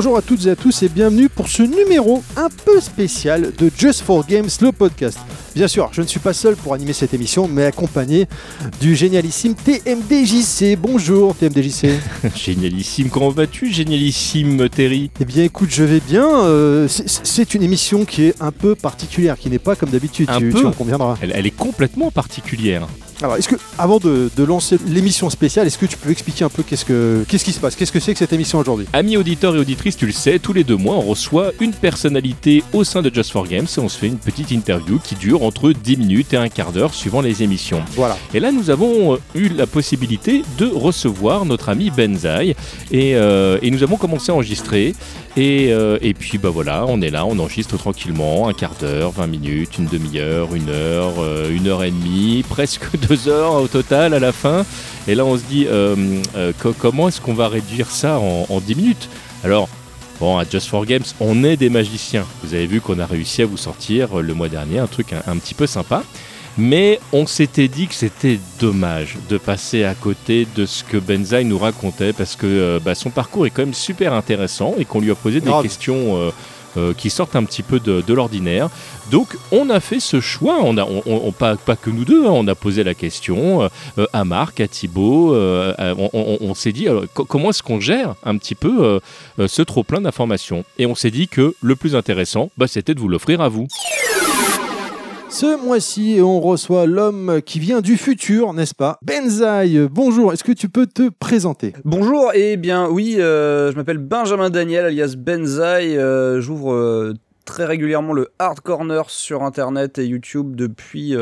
Bonjour à toutes et à tous et bienvenue pour ce numéro un peu spécial de Just for Games, le podcast. Bien sûr, je ne suis pas seul pour animer cette émission, mais accompagné du génialissime TMDJC. Bonjour TMDJC. Génialissime, comment vas-tu, génialissime Terry? Eh bien écoute, je vais bien. C'est une émission qui est un peu particulière, qui n'est pas comme d'habitude, tu en conviendras. Elle est complètement particulière. Alors, est-ce que, avant de lancer l'émission spéciale, est-ce que tu peux expliquer un peu qu'est-ce qui se passe? Qu'est-ce que c'est que cette émission aujourd'hui? Amis auditeurs et auditrices, tu le sais, tous les 2 mois, on reçoit une personnalité au sein de Just for Games et on se fait une petite interview qui dure entre 10 minutes et un quart d'heure suivant les émissions. Voilà. Et là, nous avons eu la possibilité de recevoir notre ami Benzaï et nous avons commencé à enregistrer. Et puis voilà, on est là, on enregistre tranquillement, un quart d'heure, 20 minutes, une demi-heure, 1 heure, 1 heure et demie, presque 2 heures au total à la fin. Et là on se dit, comment est-ce qu'on va réduire ça en 10 minutes? Alors, bon, à Just for Games, on est des magiciens. Vous avez vu qu'on a réussi à vous sortir le mois dernier un truc un petit peu sympa. Mais on s'était dit que c'était dommage de passer à côté de ce que Benzaï nous racontait parce que son parcours est quand même super intéressant et qu'on lui a posé des questions qui sortent un petit peu de l'ordinaire. Donc on a fait ce choix, pas que nous deux, hein, on a posé la question à Marc, à Thibaut, on s'est dit comment est-ce qu'on gère un petit peu ce trop-plein d'informations. Et on s'est dit que le plus intéressant, c'était de vous l'offrir à vous. Ce mois-ci, on reçoit l'homme qui vient du futur, n'est-ce pas? Benzaï, bonjour, est-ce que tu peux te présenter? Bonjour, eh bien oui, je m'appelle Benjamin Daniel, alias Benzaï, j'ouvre très régulièrement le Hard Corner sur internet et YouTube depuis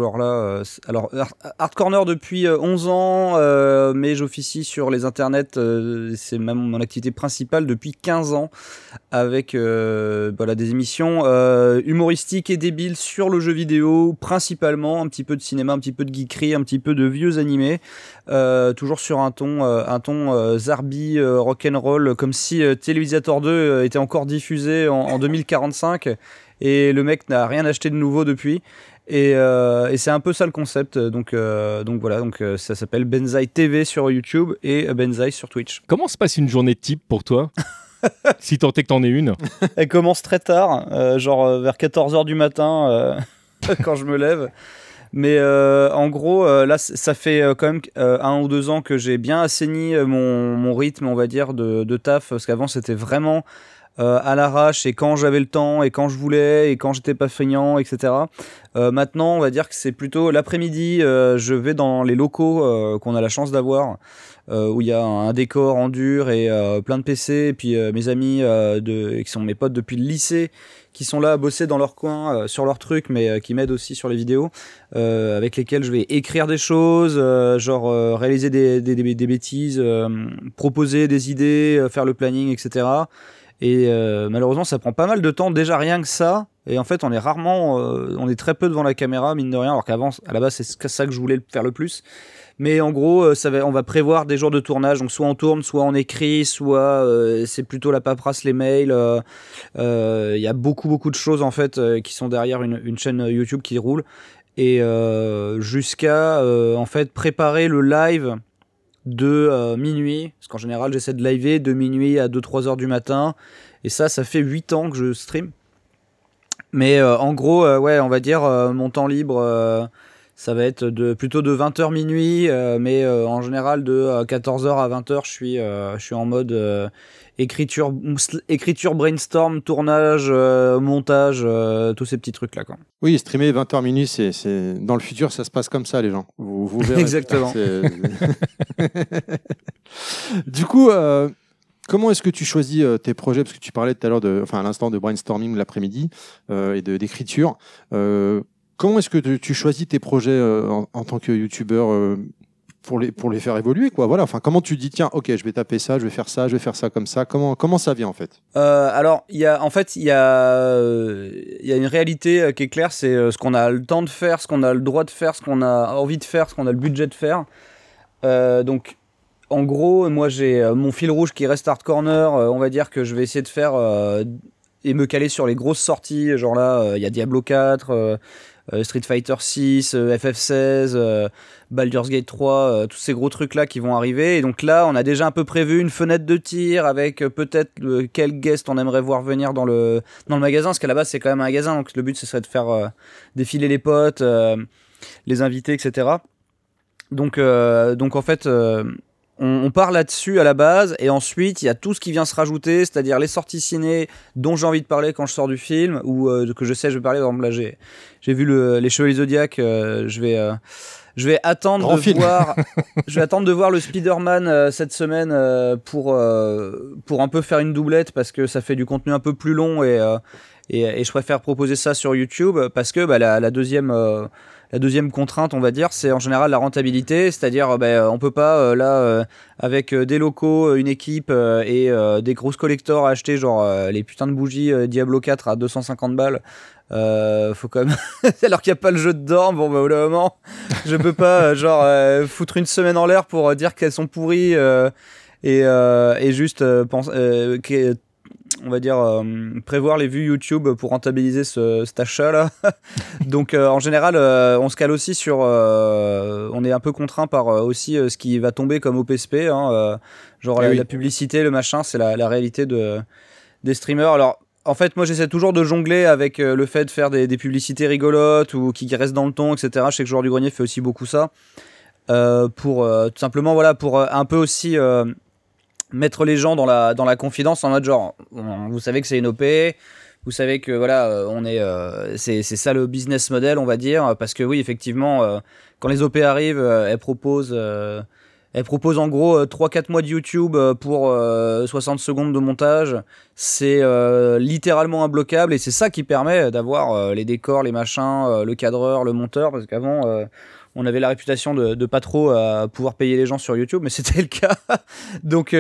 Hard Corner depuis 11 ans, mais j'officie sur les internets, c'est même mon activité principale depuis 15 ans avec des émissions humoristiques et débiles sur le jeu vidéo principalement, un petit peu de cinéma, un petit peu de geekerie, un petit peu de vieux animés, toujours sur un ton zarbi rock'n'roll, comme si Télévisateur 2 était encore diffusé en 2045 et le mec n'a rien acheté de nouveau depuis. Et c'est un peu ça le concept, donc ça s'appelle Benzaï TV sur YouTube et Benzaï sur Twitch. Comment se passe une journée type pour toi? Si tant est que t'en aies une. Elle commence très tard, vers 14h du matin quand je me lève. Mais en gros, là, ça fait quand même 1 ou 2 ans que j'ai bien assaini mon rythme, on va dire, de taf, parce qu'avant c'était vraiment à l'arrache et quand j'avais le temps et quand je voulais et quand j'étais pas feignant, etc. Maintenant, on va dire que c'est plutôt l'après-midi, je vais dans les locaux qu'on a la chance d'avoir, où il y a un décor en dur et plein de PC, et puis mes amis qui sont mes potes depuis le lycée, qui sont là à bosser dans leur coin sur leurs trucs, mais qui m'aident aussi sur les vidéos, avec lesquels je vais écrire des choses, réaliser des bêtises, proposer des idées, faire le planning, etc. Et malheureusement ça prend pas mal de temps, déjà rien que ça, et en fait on est très peu devant la caméra, mine de rien, alors qu'avant à la base c'est ça que je voulais faire le plus. Mais en gros on va prévoir des jours de tournage, donc soit on tourne, soit on écrit, soit c'est plutôt la paperasse, les mails, y a beaucoup de choses en fait qui sont derrière une chaîne YouTube qui roule, et jusqu'à en fait préparer le live de minuit, parce qu'en général j'essaie de liver de minuit à 2-3 heures du matin, et ça fait 8 ans que je stream. Mais en gros, on va dire mon temps libre, ça va être plutôt de 20h minuit, mais en général de 14h à 20h je suis en mode écriture, brainstorm, tournage, montage, tous ces petits trucs là, quoi. Oui, streamer 20h minuit, c'est dans le futur ça se passe comme ça, les gens. Vous verrez. Exactement. Du coup, comment est-ce que tu choisis tes projets? Parce que tu parlais tout à l'heure à l'instant de brainstorming l'après-midi et d'écriture. Comment est-ce que tu choisis tes projets en tant que youtubeur pour les faire évoluer, quoi? Voilà. Enfin, comment tu dis, tiens, ok, je vais taper ça, je vais faire ça comme ça. Comment ça vient en fait? Alors, il y a une réalité qui est claire, c'est ce qu'on a le temps de faire, ce qu'on a le droit de faire, ce qu'on a envie de faire, ce qu'on a le budget de faire. Donc, en gros, moi j'ai mon fil rouge qui reste Hard Corner. On va dire que je vais essayer de faire et me caler sur les grosses sorties. Genre là, il y a Diablo 4. Street Fighter 6, FF16, Baldur's Gate 3, tous ces gros trucs là qui vont arriver. Et donc là, on a déjà un peu prévu une fenêtre de tir avec peut-être quel guest on aimerait voir venir dans le magasin, parce qu'à la base c'est quand même un magasin, donc le but ce serait de faire défiler les potes, les invités, etc. Donc en fait, on part là-dessus à la base, et ensuite il y a tout ce qui vient se rajouter, c'est-à-dire les sorties ciné dont j'ai envie de parler quand je sors du film, ou que je vais parler. Par exemple, là j'ai vu les Chevaliers Zodiac, je vais attendre de voir le Spider-Man cette semaine pour un peu faire une doublette, parce que ça fait du contenu un peu plus long, et je préfère proposer ça sur YouTube, parce que la deuxième contrainte, on va dire, c'est en général la rentabilité, c'est-à-dire on peut pas avec des locaux, une équipe et des grosses collectors acheter genre les putains de bougies Diablo 4 à 250 balles. Faut quand même alors qu'il n'y a pas le jeu dedans, bon au bout d'un moment je peux pas foutre une semaine en l'air pour dire qu'elles sont pourries et juste on va dire prévoir les vues YouTube pour rentabiliser cet achat là. Donc en général on se cale aussi sur on est un peu contraint par aussi ce qui va tomber comme OPSP, la publicité, le machin, c'est la réalité des streamers. Alors en fait, moi j'essaie toujours de jongler avec le fait de faire des publicités rigolotes ou qui restent dans le ton, etc. Je sais que Joueur du Grenier fait aussi beaucoup ça pour tout simplement pour un peu aussi mettre les gens dans la confidence, en mode genre vous savez que c'est une OP, vous savez que on est c'est ça le business model, on va dire, parce que oui effectivement quand les OP arrivent, elles proposent en gros 3-4 mois de YouTube pour 60 secondes de montage. C'est littéralement imbloquable, et c'est ça qui permet d'avoir les décors, les machins, le cadreur, le monteur, parce qu'avant on avait la réputation de pas trop pouvoir payer les gens sur YouTube, mais c'était le cas. Donc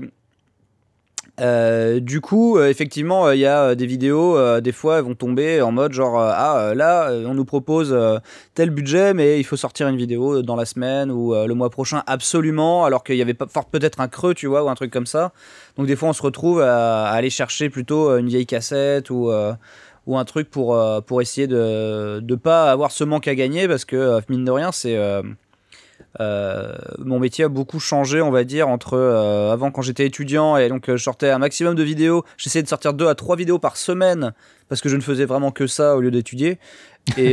du coup effectivement il y a des vidéos, des fois elles vont tomber en mode genre là on nous propose tel budget, mais il faut sortir une vidéo dans la semaine ou le mois prochain absolument, alors qu'il y avait peut-être un creux, tu vois, ou un truc comme ça. Donc des fois on se retrouve à aller chercher plutôt une vieille cassette ou un truc pour essayer de pas avoir ce manque à gagner, parce que mine de rien c'est mon métier a beaucoup changé, on va dire, entre avant, quand j'étais étudiant, et donc je sortais un maximum de vidéos, j'essayais de sortir 2 à 3 vidéos par semaine parce que je ne faisais vraiment que ça au lieu d'étudier, et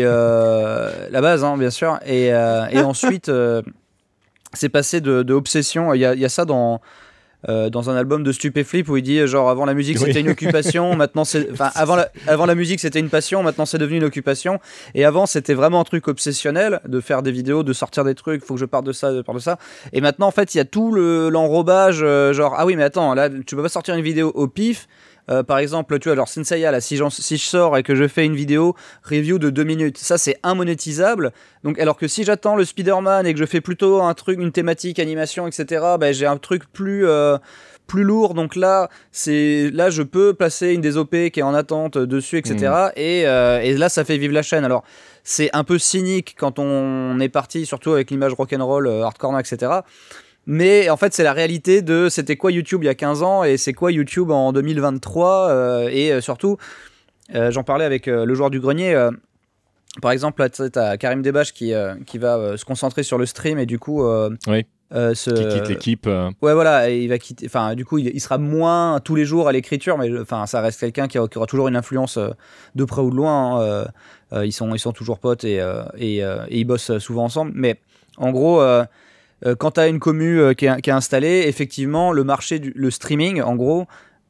la base bien sûr, et ensuite c'est passé de obsession. Il y a ça dans un album de Stupéflip où il dit genre avant la musique c'était une occupation, maintenant c'est avant la musique c'était une passion, maintenant c'est devenu une occupation. Et avant c'était vraiment un truc obsessionnel de faire des vidéos, de sortir des trucs, faut que je parle de ça, et maintenant en fait il y a tout l'enrobage, genre ah oui mais attends, là tu peux pas sortir une vidéo au pif. Par exemple, tu vois, alors Senseiya, là, si je sors et que je fais une vidéo review de 2 minutes, ça c'est immonétisable. Donc, alors que si j'attends le Spider-Man et que je fais plutôt un truc, une thématique, animation, etc., j'ai un truc plus lourd. Donc là je peux placer une des OP qui est en attente dessus, etc. Et là, ça fait vivre la chaîne. Alors, c'est un peu cynique quand on est parti, surtout avec l'image rock'n'roll, hardcore, etc. Mais en fait, c'est la réalité de c'était quoi YouTube il y a 15 ans et c'est quoi YouTube en 2023. Et surtout, j'en parlais avec le Joueur du Grenier. Par exemple, là, t'as Karim Debache qui va se concentrer sur le stream, et du coup... qui quitte l'équipe. Ouais, voilà, et il va quitter. Enfin, du coup, il sera moins tous les jours à l'écriture, mais ça reste quelqu'un qui aura toujours une influence de près ou de loin. Ils sont toujours potes, et ils bossent souvent ensemble. Mais en gros... quand tu as une commu qui est installée, effectivement, le marché le streaming, en gros,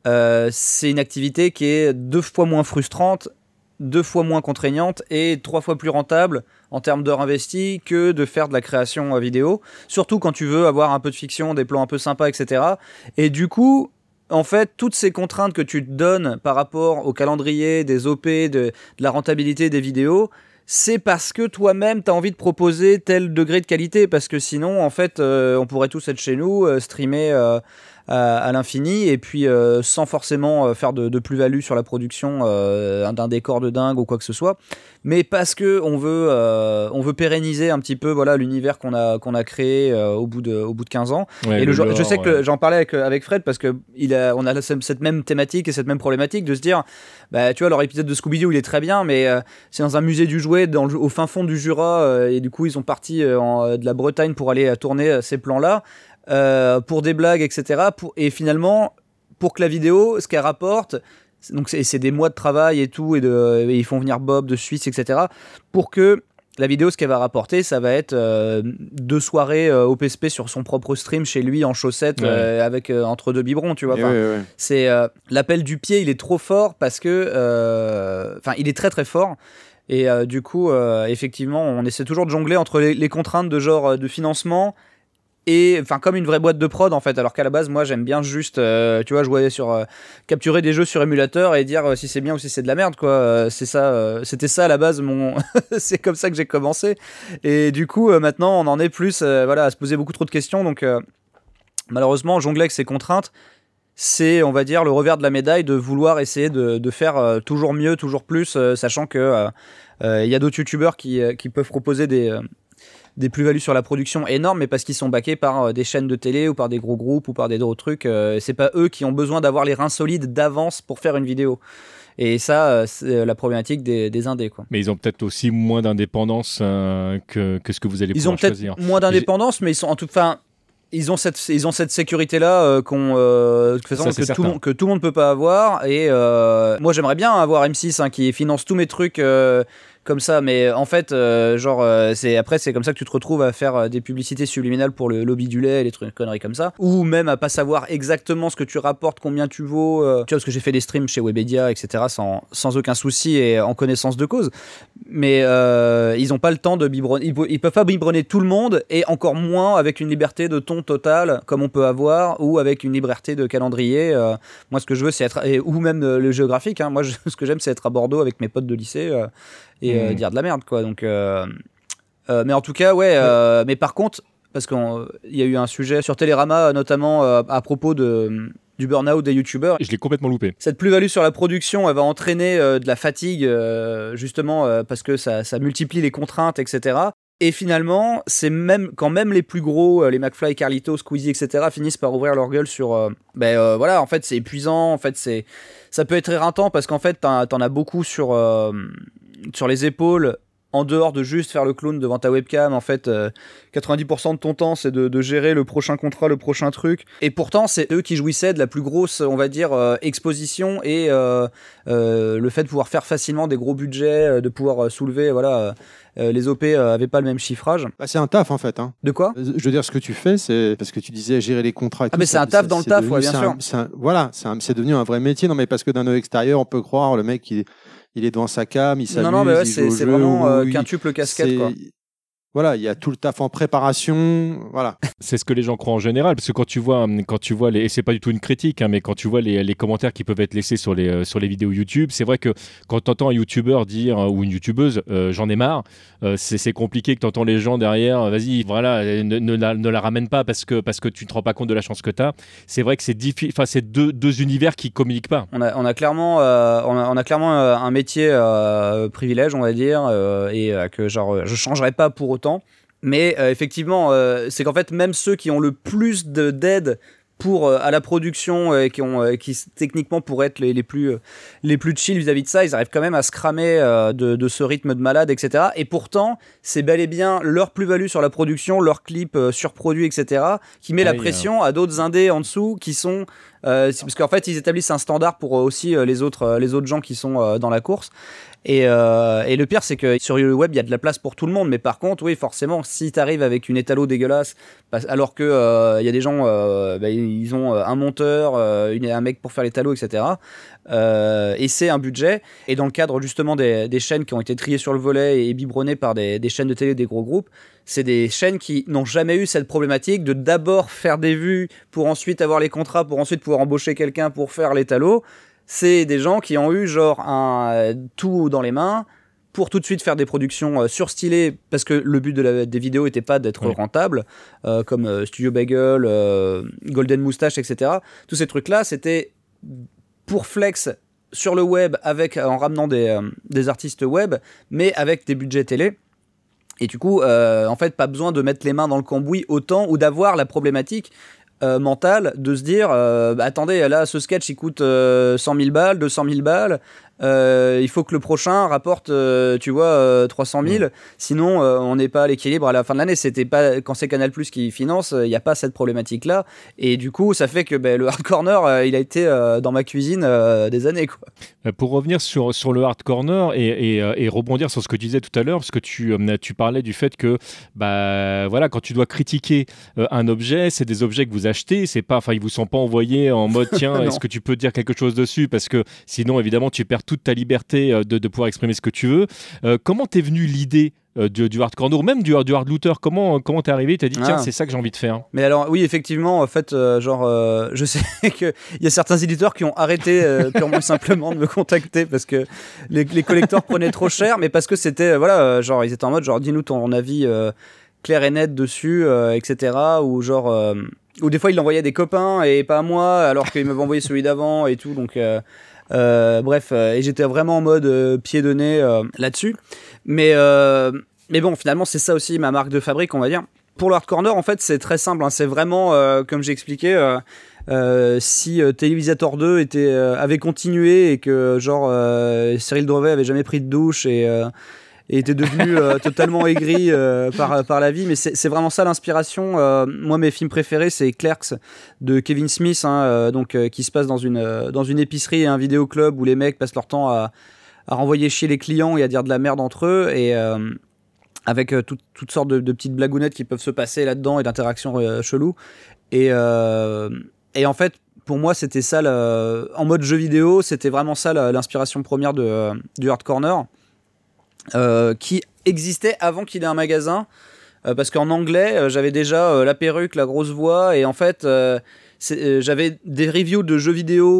c'est une activité qui est 2 fois moins frustrante, 2 fois moins contraignante et 3 fois plus rentable en termes d'heures investies que de faire de la création vidéo. Surtout quand tu veux avoir un peu de fiction, des plans un peu sympas, etc. Et du coup, en fait, toutes ces contraintes que tu te donnes par rapport au calendrier, des OP, de la rentabilité des vidéos, c'est parce que toi-même t'as envie de proposer tel degré de qualité, parce que sinon en fait on pourrait tous être chez nous streamer à l'infini, et puis sans forcément faire de plus-value sur la production d'un décor de dingue ou quoi que ce soit, mais parce que on veut pérenniser un petit peu l'univers qu'on a créé au bout de 15 ans. Ouais, Et je sais que ouais. j'en parlais avec Fred parce que on a cette même thématique et cette même problématique de se dire, bah, tu vois, leur épisode de Scooby-Doo il est très bien, mais c'est dans un musée du jouet au fin fond du Jura, et du coup ils sont partis de la Bretagne pour aller tourner ces plans-là pour des blagues, etc. Et finalement, pour que la vidéo, ce qu'elle rapporte, donc c'est des mois de travail et tout, et ils font venir Bob de Suisse, etc. pour que la vidéo, ce qu'elle va rapporter, ça va être 2 soirées au PSP sur son propre stream chez lui en chaussettes, avec entre 2 biberons, tu vois. C'est l'appel du pied, il est trop fort parce que, il est très très fort. Et du coup, effectivement, on essaie toujours de jongler entre les contraintes de genre de financement et comme une vraie boîte de prod en fait, alors qu'à la base moi j'aime bien juste tu vois, jouer sur capturer des jeux sur émulateur et dire si c'est bien ou si c'est de la merde, quoi. C'est ça, c'était ça à la base c'est comme ça que j'ai commencé, et du coup maintenant on en est plus à se poser beaucoup trop de questions, donc malheureusement jongler avec ces contraintes, c'est, on va dire, le revers de la médaille de vouloir essayer de faire toujours mieux, toujours plus, sachant que y a d'autres youtubeurs qui peuvent proposer des plus-values sur la production énormes, mais parce qu'ils sont backés par des chaînes de télé ou par des gros groupes ou par des gros trucs. C'est pas eux qui ont besoin d'avoir les reins solides d'avance pour faire une vidéo. Et ça, c'est la problématique des indés, quoi. Mais ils ont peut-être aussi moins d'indépendance que ce que vous allez pouvoir choisir. Ils ont peut-être moins d'indépendance, mais ils sont en tout cas... Ils ont cette sécurité-là que tout le monde peut pas avoir. Et moi, j'aimerais bien avoir M6 qui finance tous mes trucs comme ça, mais en fait, c'est comme ça que tu te retrouves à faire des publicités subliminales pour le lobby du lait et des conneries comme ça, ou même à pas savoir exactement ce que tu rapportes, combien tu vaux. Tu vois, parce que j'ai fait des streams chez Webedia, etc., sans aucun souci et en connaissance de cause. Mais ils ont pas le temps de biberonner. Ils peuvent pas biberonner tout le monde, et encore moins avec une liberté de ton totale comme on peut avoir, ou avec une liberté de calendrier. Moi, ce que je veux, c'est être, ou même le géographique. Moi, ce que j'aime, c'est être à Bordeaux avec mes potes de lycée. Et dire de la merde, quoi. Donc mais en tout cas, mais par contre, parce qu'il y a eu un sujet sur Télérama notamment à propos du burn-out des youtubeurs. Je l'ai complètement loupé. Cette plus-value sur la production, elle va entraîner de la fatigue, justement parce que ça multiplie les contraintes, etc. Et finalement, c'est quand même les plus gros, les McFly, Carlito, Squeezie, etc., finissent par ouvrir leur gueule sur... en fait, c'est épuisant, en fait, ça peut être éreintant, parce qu'en fait, t'en as beaucoup sur les épaules, en dehors de juste faire le clown devant ta webcam. En fait, 90% de ton temps, c'est de gérer le prochain contrat, le prochain truc. Et pourtant, c'est eux qui jouissaient de la plus grosse, on va dire, exposition, et le fait de pouvoir faire facilement des gros budgets, de pouvoir soulever, les OP avaient pas le même chiffrage. Bah, c'est un taf en fait. De quoi ? Je veux dire, ce que tu fais, c'est parce que tu disais gérer les contrats. Et tout, mais c'est un taf dans le taf, bien sûr. C'est devenu un vrai métier. Non, mais parce que d'un œil extérieur, on peut croire le mec il est devant sa cam, il s'amuse. Non, mais c'est vraiment quintuple casquette, quoi. Voilà, il y a tout le taf en préparation, voilà. C'est ce que les gens croient en général, parce que quand tu vois et c'est pas du tout une critique, mais quand tu vois les commentaires qui peuvent être laissés sur les vidéos YouTube, c'est vrai que quand tu entends un YouTuber dire, ou une YouTubeuse, j'en ai marre, c'est compliqué, que tu entends les gens derrière, vas-y, voilà, ne la ramène pas parce que tu ne te rends pas compte de la chance que tu as. C'est vrai que c'est difficile, c'est deux univers qui communiquent pas. On a clairement un métier privilège, on va dire, et que je changerais pas pour autant. Mais effectivement, c'est qu'en fait, même ceux qui ont le plus d'aide à la production, qui techniquement pourraient être les plus chill vis-à-vis de ça, ils arrivent quand même à se cramer de ce rythme de malade, etc. Et pourtant, c'est bel et bien leur plus-value sur la production, leur clip surproduit, etc., qui met la pression à d'autres indés en dessous qui sont... parce qu'en fait, ils établissent un standard pour aussi les autres gens qui sont dans la course. Et le pire, c'est que sur le web, il y a de la place pour tout le monde. Mais par contre, oui, forcément, si t'arrives avec une étalo dégueulasse, alors que y a des gens, ils ont un monteur, un mec pour faire l'étalo, etc. Et c'est un budget. Et dans le cadre justement des chaînes qui ont été triées sur le volet et biberonnées par des chaînes de télé, des gros groupes, c'est des chaînes qui n'ont jamais eu cette problématique de d'abord faire des vues pour ensuite avoir les contrats, pour ensuite pouvoir embaucher quelqu'un pour faire l'étalo. C'est des gens qui ont eu genre tout dans les mains pour tout de suite faire des productions surstylées, parce que le but des vidéos n'était pas d'être rentable, comme Studio Bagel, Golden Moustache, etc. Tous ces trucs-là, c'était pour flex sur le web en ramenant des artistes web, mais avec des budgets télé. Et du coup, en fait, pas besoin de mettre les mains dans le cambouis autant, ou d'avoir la problématique mentale de se dire attendez, là, ce sketch il coûte 100 000 balles, 200 000 balles. Il faut que le prochain rapporte 300 000, sinon on n'est pas à l'équilibre à la fin de l'année. C'était pas, quand c'est Canal+ qui finance, il n'y a pas cette problématique là, et du coup ça fait que le Hard Corner il a été dans ma cuisine des années, quoi. Pour revenir sur le Hard Corner et rebondir sur ce que tu disais tout à l'heure, parce que tu parlais du fait que voilà, quand tu dois critiquer un objet, c'est des objets que vous achetez, c'est pas, enfin ils vous sont pas envoyés en mode tiens est-ce que tu peux dire quelque chose dessus, parce que sinon évidemment tu perds toute ta liberté de pouvoir exprimer ce que tu veux. Comment t'es venue l'idée du Hard Corner, ou même du Hard Looter? Comment t'es arrivé, t'as dit tiens c'est ça que j'ai envie de faire? Mais alors oui, effectivement, en fait, je sais qu'il y a certains éditeurs qui ont arrêté purement et simplement de me contacter parce que les collecteurs prenaient trop cher, mais parce que c'était genre ils étaient en mode genre dis-nous ton avis clair et net dessus, etc. Ou genre ou des fois ils l'envoyaient à des copains et pas à moi, alors qu'ils m'avaient envoyé celui d'avant et tout, donc bref, et j'étais vraiment en mode pied de nez là-dessus, mais bon, finalement c'est ça aussi ma marque de fabrique, on va dire. Pour le Hard Corner, en fait c'est très simple, hein, c'est vraiment comme j'ai expliqué, si Télévisateur 2 avait continué et que genre Cyril Drevet avait jamais pris de douche et était devenu totalement aigri par la vie, mais c'est vraiment ça l'inspiration. Moi, mes films préférés, c'est Clerks de Kevin Smith, hein, qui se passe dans une épicerie et un vidéoclub où les mecs passent leur temps à renvoyer chier les clients et à dire de la merde entre eux, et avec toutes sortes de petites blagounettes qui peuvent se passer là-dedans et d'interactions cheloues. Et en fait, pour moi, c'était ça, en mode jeu vidéo, c'était vraiment ça l'inspiration première du Hard Corner. Qui existait avant qu'il ait un magasin, parce qu'en anglais j'avais déjà la perruque, la grosse voix, et en fait j'avais des reviews de jeux vidéo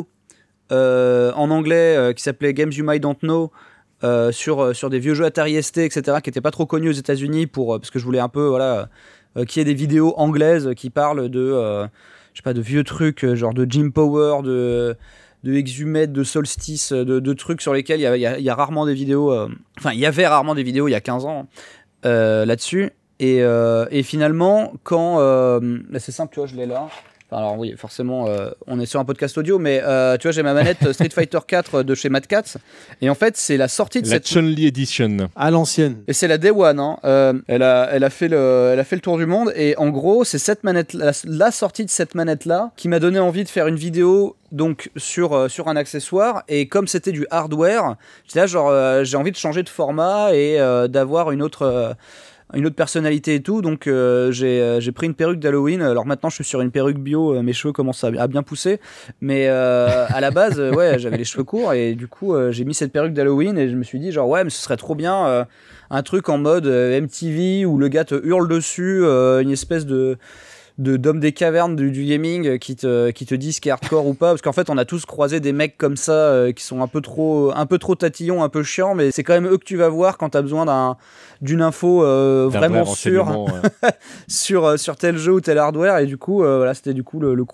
en anglais qui s'appelaient Games You Might Don't Know, sur des vieux jeux Atari ST, etc., qui n'étaient pas trop connus aux États-Unis, parce que je voulais un peu qu'il y ait des vidéos anglaises qui parlent de vieux trucs, genre de Jim Power, de Exhumate, de Solstice, de trucs sur lesquels il y a rarement des vidéos. Enfin, il y avait rarement des vidéos il y a 15 ans là-dessus. Et finalement, quand. Là, c'est simple, tu vois, je l'ai là. Enfin, alors oui, forcément, on est sur un podcast audio, mais tu vois, j'ai ma manette Street Fighter 4 de chez Mad Catz. Et en fait, c'est la sortie de la Chun-Li Edition. À l'ancienne. Et c'est la Day One. Hein. Elle a fait le tour du monde. Et en gros, c'est cette manette, la sortie de cette manette-là qui m'a donné envie de faire une vidéo donc sur un accessoire. Et comme c'était du hardware, j'étais là, genre, j'ai envie de changer de format et d'avoir une autre personnalité et tout, donc j'ai pris une perruque d'Halloween. Alors maintenant je suis sur une perruque bio, mes cheveux commencent à bien pousser, mais à la base ouais, j'avais les cheveux courts, et du coup j'ai mis cette perruque d'Halloween et je me suis dit genre ouais, mais ce serait trop bien un truc en mode MTV où le gars te hurle dessus, une espèce d'hommes des cavernes du gaming qui te disent ce qui est hardcore ou pas, parce qu'en fait on a tous croisé des mecs comme ça qui sont un peu trop tatillons, un peu chiants, mais c'est quand même eux que tu vas voir quand t'as besoin d'une info vraiment sûre sur tel jeu ou tel hardware. Et du coup voilà, c'était du coup le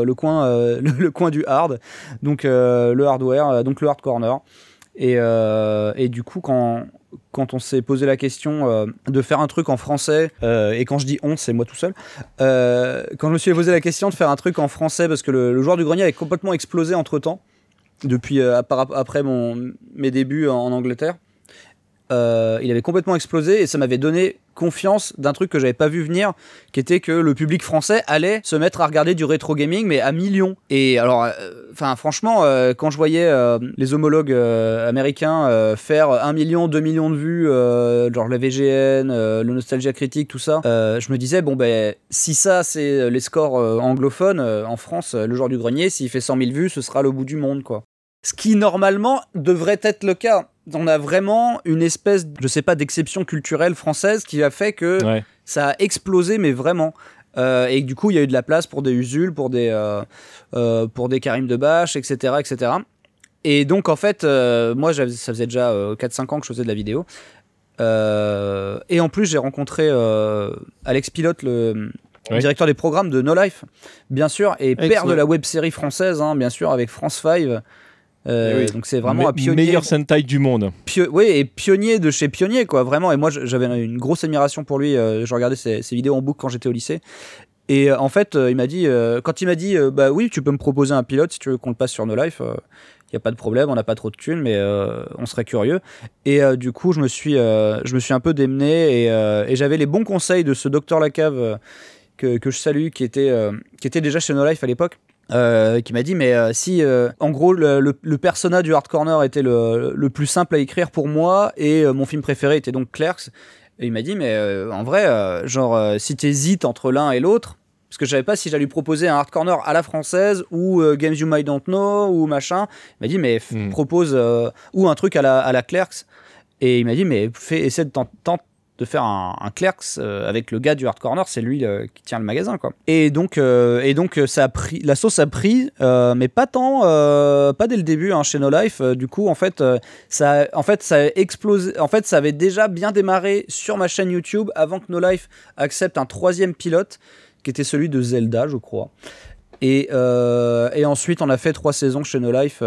coin du hard, donc le hardware, donc le Hard Corner. Et du coup quand on s'est posé la question de faire un truc en français, et quand je dis on, c'est moi tout seul, quand je me suis posé la question de faire un truc en français, parce que le Joueur du Grenier avait complètement explosé entre temps, depuis après mes débuts en Angleterre, il avait complètement explosé, et ça m'avait donné confiance d'un truc que j'avais pas vu venir, qui était que le public français allait se mettre à regarder du rétro gaming, mais à millions. Et alors franchement, quand je voyais les homologues américains faire 1 million, 2 millions de vues, genre la VGN, le Nostalgia Critique, tout ça, je me disais bon si ça c'est les scores anglophones, en France, le Joueur du Grenier, s'il fait 100 000 vues, ce sera le bout du monde, quoi. Ce qui normalement devrait être le cas. On a vraiment une espèce, je sais pas, d'exception culturelle française qui a fait que ça a explosé, mais vraiment. Et du coup, il y a eu de la place pour des Usul, pour des Karim Debache, etc., etc. Et donc, en fait, moi, ça faisait déjà 4-5 ans que je faisais de la vidéo. Et en plus, j'ai rencontré Alex Pilote, le directeur des programmes de No Life, bien sûr, et père de la web-série française, hein, bien sûr, avec France 5. Donc c'est vraiment un pionnier. Meilleur Sentai du monde. Oui, et pionnier de chez Pionnier, quoi, vraiment. Et moi, j'avais une grosse admiration pour lui. Je regardais ses vidéos en boucle quand j'étais au lycée. Et en fait, il m'a dit, quand il m'a dit, bah oui, tu peux me proposer un pilote si tu veux qu'on le passe sur No Life. Il n'y a pas de problème, on n'a pas trop de thunes, mais on serait curieux. Et du coup, je me suis un peu démené et j'avais les bons conseils de ce docteur Lacave que je salue, qui était déjà chez No Life à l'époque. Qui m'a dit mais si en gros le persona du Hard Corner était le plus simple à écrire pour moi et mon film préféré était donc Clerks, et il m'a dit mais en vrai si t'hésites entre l'un et l'autre, parce que je savais pas si j'allais lui proposer un Hard Corner à la française ou Games You Might Don't Know ou machin, il m'a dit mais propose ou un truc à la Clerks, et il m'a dit mais essaie de tenter de faire un Clerks avec le gars du Hard Corner, c'est lui qui tient le magasin, quoi. Et donc ça a pris, la sauce a pris, mais pas dès le début, hein, chez No Life. Du coup, ça a explosé. En fait, ça avait déjà bien démarré sur ma chaîne YouTube avant que No Life accepte un 3e pilote, qui était celui de Zelda, je crois. Et ensuite on a fait 3 saisons chez No Life,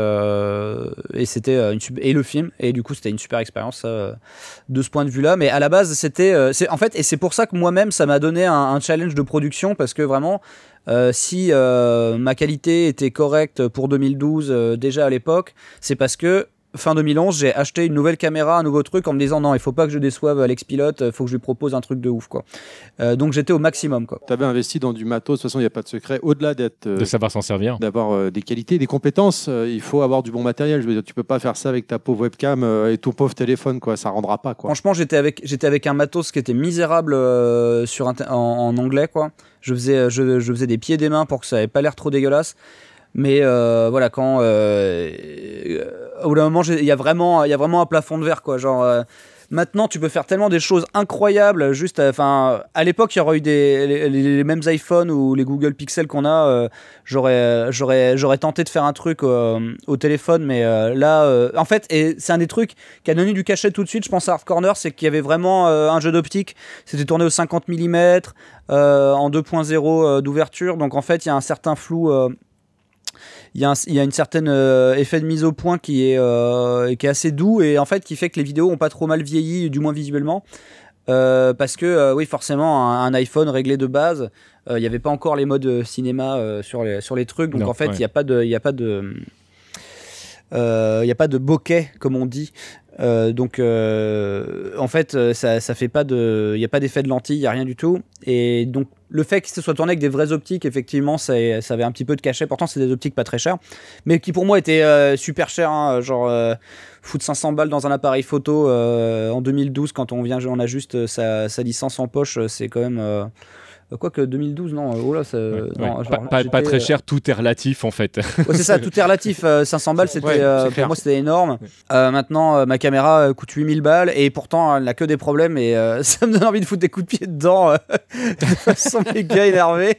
et c'était et le film, et du coup c'était une super expérience de ce point de vue là, mais à la base c'est pour ça que moi-même ça m'a donné un challenge de production, parce que vraiment si ma qualité était correcte pour 2012 déjà à l'époque, c'est parce que fin 2011, j'ai acheté une nouvelle caméra, un nouveau truc, en me disant non, il faut pas que je déçoive Alex Pilote, il faut que je lui propose un truc de ouf, quoi. Donc j'étais au maximum, quoi. Tu avais investi dans du matos, de toute façon il n'y a pas de secret, au-delà de savoir s'en servir, d'avoir des qualités, des compétences, il faut avoir du bon matériel. Je veux dire, tu peux pas faire ça avec ta pauvre webcam et ton pauvre téléphone, quoi, ça rendra pas, quoi. Franchement, j'étais avec un matos qui était misérable en anglais, quoi. Je faisais des pieds et des mains pour que ça ait pas l'air trop dégueulasse. Mais voilà, quand au bout d'un moment, il y a vraiment un plafond de verre, quoi. Maintenant, tu peux faire tellement des choses incroyables. Juste, à l'époque, il y aurait eu les mêmes iPhones ou les Google Pixel qu'on a. J'aurais tenté de faire un truc au téléphone, mais là, en fait, et c'est un des trucs qui a donné du cachet tout de suite, je pense, à Hard Corner, c'est qu'il y avait vraiment un jeu d'optique. C'était tourné au 50 mm, en 2.0 d'ouverture. Donc, en fait, il y a un certain flou. Il y a une certaine effet de mise au point qui est assez doux, et en fait qui fait que les vidéos ont pas trop mal vieilli, du moins visuellement, parce que oui, forcément un iPhone réglé de base, il n'y avait pas encore les modes cinéma sur les trucs, donc en fait il n'y a pas de bokeh, comme on dit. Donc en fait ça fait pas il n'y a pas d'effet de lentille, il n'y a rien du tout, et donc le fait que ce soit tourné avec des vraies optiques, effectivement ça avait un petit peu de cachet. Pourtant c'est des optiques pas très chères, mais qui pour moi étaient super chères, hein, foutre 500 balles dans un appareil photo en 2012 quand on a juste sa licence en poche, c'est quand même quoique 2012, non, oh là, non, pas très cher, tout est relatif en fait. Ouais, c'est ça, tout est relatif. 500 balles, c'était, pour moi, c'était énorme. Ouais. Maintenant, ma caméra coûte 8000 balles, et pourtant, elle n'a que des problèmes, et ça me donne envie de foutre des coups de pied dedans de façon méga énervée.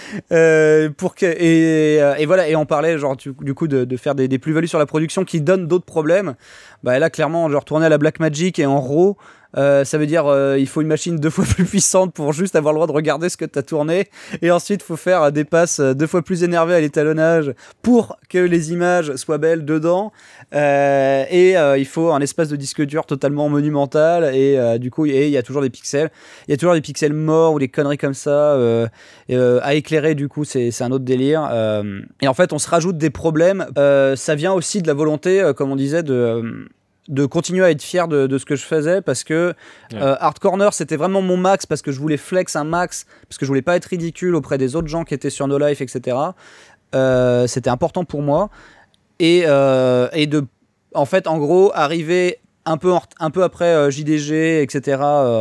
Et voilà, et on parlait du coup de faire des plus-values sur la production qui donnent d'autres problèmes. Bah là, clairement, retourner à la Blackmagic et en RAW, ça veut dire il faut une machine 2 fois plus puissante pour juste avoir le droit de regarder ce que tu as tourné, et ensuite il faut faire des passes 2 fois plus énervées à l'étalonnage pour que les images soient belles dedans, et il faut un espace de disque dur totalement monumental, et du coup il y a toujours des pixels morts ou des conneries comme ça à éclairer. Du coup c'est un autre délire, et en fait on se rajoute des problèmes. Ça vient aussi de la volonté, comme on disait, de continuer à être fier de ce que je faisais, parce que Hard Corner c'était vraiment mon max, parce que je voulais flex un max, parce que je voulais pas être ridicule auprès des autres gens qui étaient sur No Life, etc. C'était important pour moi, et en fait, en gros, arriver un peu après JDG, etc.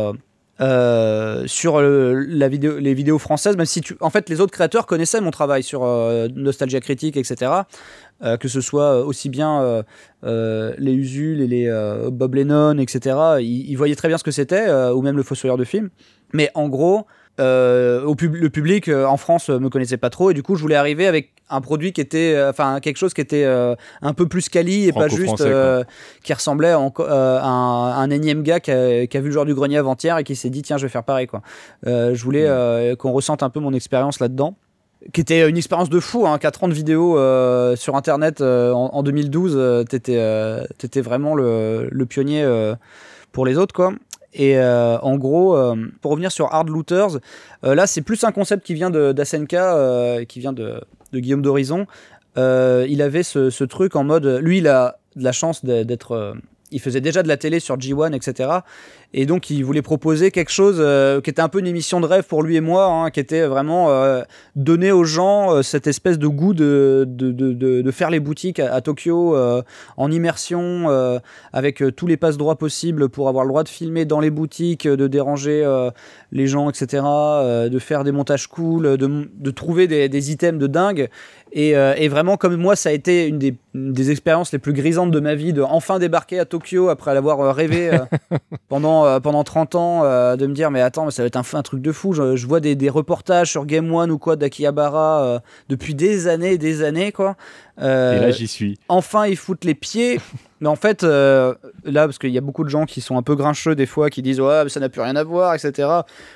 Sur les vidéos françaises, même si en fait les autres créateurs connaissaient mon travail sur Nostalgia Critique, etc. Que ce soit aussi bien les Usul et les Bob Lennon, etc. Ils voyaient très bien ce que c'était, ou même le Fossoyeur de film. Mais en gros, le public en France me connaissait pas trop, et du coup je voulais arriver avec un produit qui était quelque chose qui était un peu plus quali et pas juste qui ressemblait à un énième gars qui a vu le joueur du grenier avant-hier et qui s'est dit tiens je vais faire pareil quoi. Je voulais qu'on ressente un peu mon expérience là-dedans, qui était une expérience de fou, 4 ans de vidéo sur internet en 2012. T'étais vraiment le pionnier pour les autres quoi. Et en gros, pour revenir sur Hard Looters, là c'est plus un concept qui vient d'Asenka, qui vient de Guillaume d'Horizon. Il avait ce truc en mode, lui il a de la chance d'être... il faisait déjà de la télé sur G1, etc. Et donc, il voulait proposer quelque chose qui était un peu une émission de rêve pour lui et moi, qui était vraiment donner aux gens cette espèce de goût de faire les boutiques à Tokyo en immersion, avec tous les passe-droits possibles pour avoir le droit de filmer dans les boutiques, de déranger les gens, etc., de faire des montages cool, de trouver des items de dingue. Et vraiment, comme moi, ça a été une des expériences les plus grisantes de ma vie, de enfin débarquer à Tokyo après l'avoir rêvé pendant 30 ans, de me dire mais attends, mais ça va être un truc de fou. Je vois des reportages sur Game One ou quoi d'Akihabara depuis des années quoi. Et là j'y suis. Enfin ils foutent les pieds. Mais en fait, là, parce qu'il y a beaucoup de gens qui sont un peu grincheux des fois, qui disent ouais, mais ça n'a plus rien à voir, etc.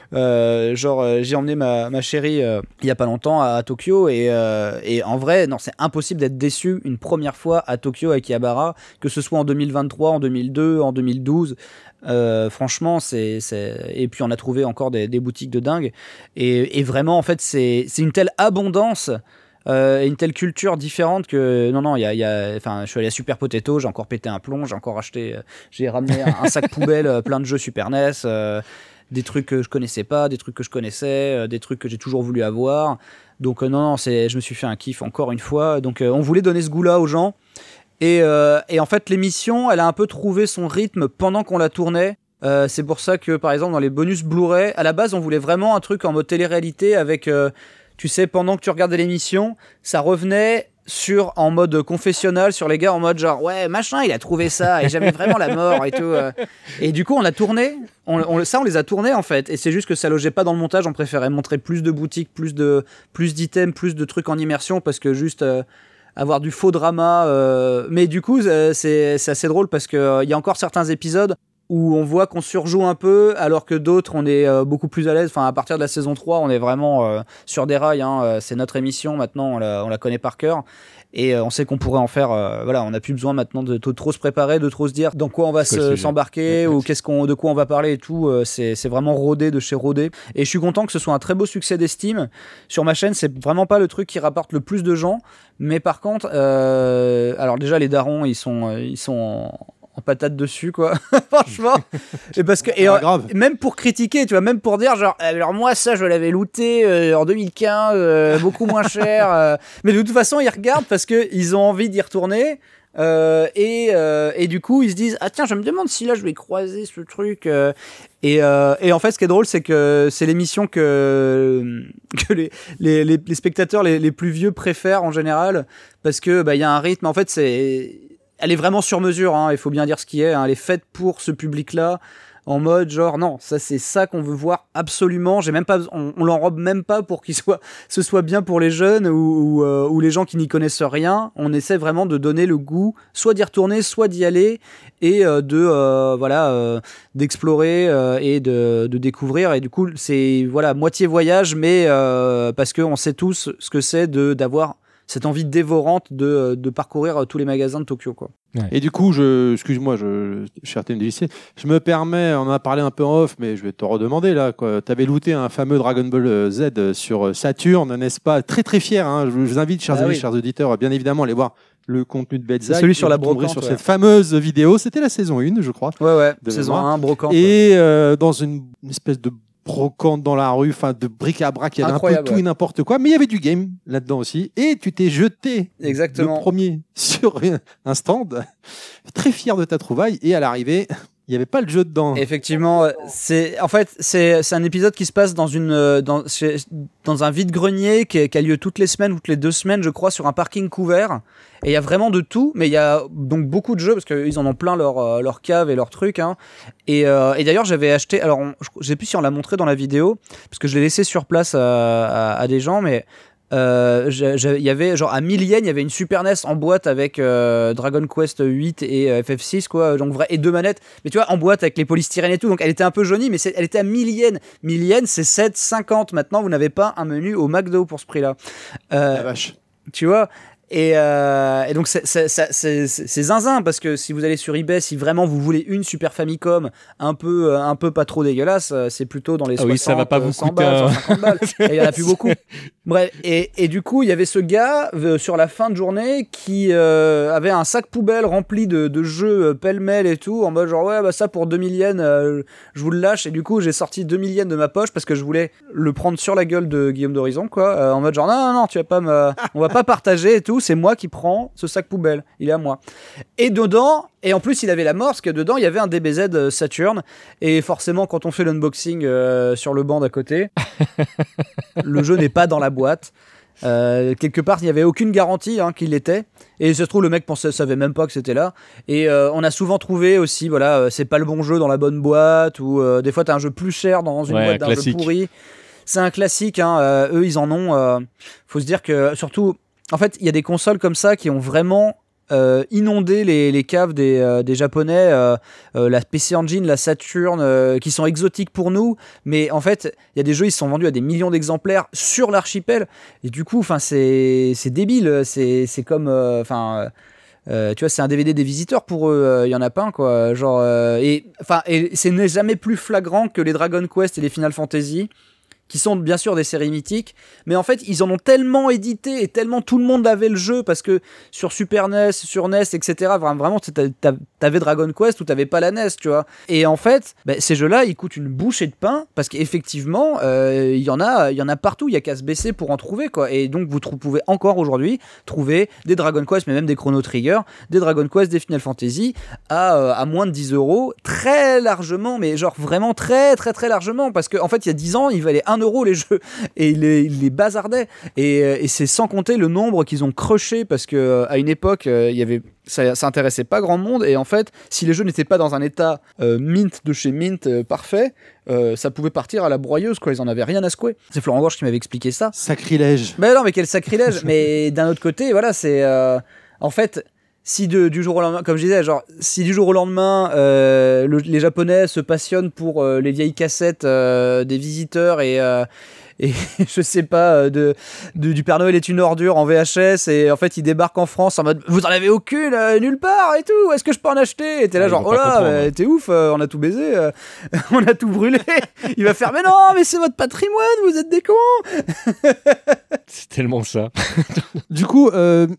J'ai emmené ma chérie il y a pas longtemps à Tokyo, et en vrai, non, c'est impossible d'être déçu une première fois à Tokyo avec Akihabara, que ce soit en 2023, en 2002, en 2012. Franchement, et puis on a trouvé encore des boutiques de dingue, et vraiment, en fait, c'est une telle abondance. Une telle culture différente que non, je suis allé à Super Potato, j'ai encore pété un plomb, j'ai ramené un sac poubelle plein de jeux Super NES, des trucs que je connaissais pas, des trucs que je connaissais, des trucs que j'ai toujours voulu avoir. Donc non, je me suis fait un kiff encore une fois. Donc on voulait donner ce goût-là aux gens, et en fait l'émission, elle a un peu trouvé son rythme pendant qu'on la tournait. C'est pour ça que par exemple dans les bonus Blu-ray, à la base on voulait vraiment un truc en mode télé-réalité avec tu sais, pendant que tu regardais l'émission, ça revenait en mode confessionnal sur les gars, en mode genre ouais machin il a trouvé ça et j'avais vraiment la mort et tout, et du coup on a tourné, on les a tournés en fait, et c'est juste que ça logeait pas dans le montage. On préférait montrer plus de boutiques, plus d'items, plus de trucs en immersion, parce que juste avoir du faux drama, mais du coup c'est assez drôle parce que il y a encore certains épisodes où on voit qu'on surjoue un peu, alors que d'autres, on est beaucoup plus à l'aise. Enfin, à partir de la saison 3, on est vraiment sur des rails. C'est notre émission, maintenant, on la connaît par cœur. Et on sait qu'on pourrait en faire... on n'a plus besoin maintenant de trop se préparer, de trop se dire dans quoi on va s'embarquer, ou de quoi on va parler et tout. C'est vraiment rodé de chez rodé. Et je suis content que ce soit un très beau succès d'estime. Sur ma chaîne, c'est vraiment pas le truc qui rapporte le plus de gens. Mais par contre, alors déjà, les darons, ils sont en patate dessus quoi. Franchement, et parce que même pour critiquer, tu vois, même pour dire genre alors moi ça je l'avais looté en 2015 beaucoup moins cher, mais de toute façon ils regardent parce que ils ont envie d'y retourner, et du coup ils se disent ah tiens, je me demande si là je vais croiser ce truc, et en fait ce qui est drôle, c'est que c'est l'émission que les spectateurs les plus vieux préfèrent en général, parce que il y a un rythme, en fait elle est vraiment sur mesure, il faut bien dire ce qui est, elle est faite pour ce public-là, en mode genre non, ça c'est ça qu'on veut voir absolument. J'ai même pas, on l'enrobe même pas pour ce soit bien pour les jeunes ou les gens qui n'y connaissent rien. On essaie vraiment de donner le goût, soit d'y retourner, soit d'y aller, et d'explorer et de découvrir. Et du coup c'est moitié voyage, mais parce que on sait tous ce que c'est d'avoir cette envie dévorante de parcourir tous les magasins de Tokyo, quoi. Ouais. Et du coup, excuse-moi, cher TMDJC, je me permets, on en a parlé un peu en off, mais je vais te redemander là, quoi. Tu avais looté un fameux Dragon Ball Z sur Saturn, n'est-ce pas? Très très fier, Je vous invite, chers amis, chers auditeurs, bien évidemment, à aller voir le contenu de Benzaï. Celui sur la brocante. Sur cette fameuse vidéo, c'était la saison 1, je crois. Ouais, saison 1, brocante. Et dans une espèce de brocante dans la rue, de bric-à-brac, il y avait un peu tout et n'importe quoi, mais il y avait du game là-dedans aussi, et tu t'es jeté le premier sur un stand, très fier de ta trouvaille, et à l'arrivée, Il n'y avait pas le jeu dedans. Effectivement, c'est un épisode qui se passe dans un vide-grenier qui a lieu toutes les semaines ou toutes les 2 semaines, je crois, sur un parking couvert. Et il y a vraiment de tout, mais il y a donc beaucoup de jeux parce qu'ils en ont plein leur cave et leurs trucs. Hein. Et d'ailleurs, j'avais acheté. Alors, je sais plus si on l'a montré dans la vidéo parce que je l'ai laissé sur place à des gens, mais. Il y avait genre à 1000 yens, il y avait une Super NES en boîte avec Dragon Quest 8 et FF6 quoi, donc et 2 manettes, mais tu vois en boîte avec les polystyrènes et tout, donc elle était un peu jaunie, mais elle était à 1000 yens. 1000 yens c'est 7,50. Maintenant vous n'avez pas un menu au McDo pour ce prix-là. La vache. Tu vois. Et donc c'est zinzin parce que si vous allez sur eBay, si vraiment vous voulez une Super Famicom un peu pas trop dégueulasse, c'est plutôt dans les 60, ça va pas vous 100 coûter balles, 150 balles. Et il y en a plus beaucoup. Bref, et du coup il y avait ce gars sur la fin de journée qui avait un sac poubelle rempli de jeux pêle-mêle et tout, en mode genre ouais bah ça pour 2000 yens je vous le lâche. Et du coup j'ai sorti 2000 yens de ma poche parce que je voulais le prendre sur la gueule de Guillaume d'Horizon quoi, en mode genre non tu vas pas on va pas partager et tout. C'est moi qui prends ce sac poubelle, il est à moi. Et dedans, et en plus il avait la morse, parce que dedans il y avait un DBZ Saturn, et forcément quand on fait l'unboxing sur le banc d'à côté, le jeu n'est pas dans la boîte. Quelque part il n'y avait aucune garantie qu'il l'était, et ça se trouve le mec savait même pas que c'était là. Et on a souvent trouvé aussi voilà, c'est pas le bon jeu dans la bonne boîte, ou des fois t'as un jeu plus cher dans une boîte d'un jeu pourri. C'est un classique, eux ils en ont. Faut se dire que surtout en fait, il y a des consoles comme ça qui ont vraiment inondé les caves des Japonais, la PC Engine, la Saturn, qui sont exotiques pour nous, mais en fait, il y a des jeux, ils se sont vendus à des millions d'exemplaires sur l'archipel, et du coup, c'est débile, c'est comme, tu vois, c'est un DVD des visiteurs pour eux, il y en a pas un, quoi, genre, et ce n'est jamais plus flagrant que les Dragon Quest et les Final Fantasy, qui sont bien sûr des séries mythiques, mais en fait ils en ont tellement édité et tellement tout le monde avait le jeu, parce que sur Super NES, sur NES, etc., vraiment t'avais Dragon Quest ou t'avais pas la NES, tu vois. Et en fait, ces jeux-là, ils coûtent une bouchée de pain, parce qu'effectivement, il y en a partout, il y a qu'à se baisser pour en trouver, quoi. Et donc vous pouvez encore aujourd'hui trouver des Dragon Quest, mais même des Chrono Trigger, des Dragon Quest, des Final Fantasy à moins de 10 €, très largement, mais genre vraiment très très très largement, parce qu'en fait il y a 10 ans, il valait 1 € les jeux, et ils les bazardaient, et c'est sans compter le nombre qu'ils ont crushé, parce que à une époque ça intéressait pas grand monde, et en fait si les jeux n'étaient pas dans un état mint de chez mint parfait, ça pouvait partir à la broyeuse, quoi. Ils en avaient rien à secouer. C'est Florent Gorge qui m'avait expliqué ça. Sacrilège. Mais non, mais quel sacrilège. Mais d'un autre côté, voilà, c'est en fait, si du jour au lendemain, comme je disais, genre si du jour au lendemain les Japonais se passionnent pour les vieilles cassettes des visiteurs, et je sais pas, du Père Noël est une ordure en VHS, et en fait ils débarquent en France en mode vous en avez aucune nulle part et tout, est-ce que je peux en acheter? Et t'es là genre oh là, t'es ouf, on a tout baisé, on a tout brûlé. Il va faire mais non, mais c'est votre patrimoine, vous êtes des cons. C'est tellement ça. Du coup,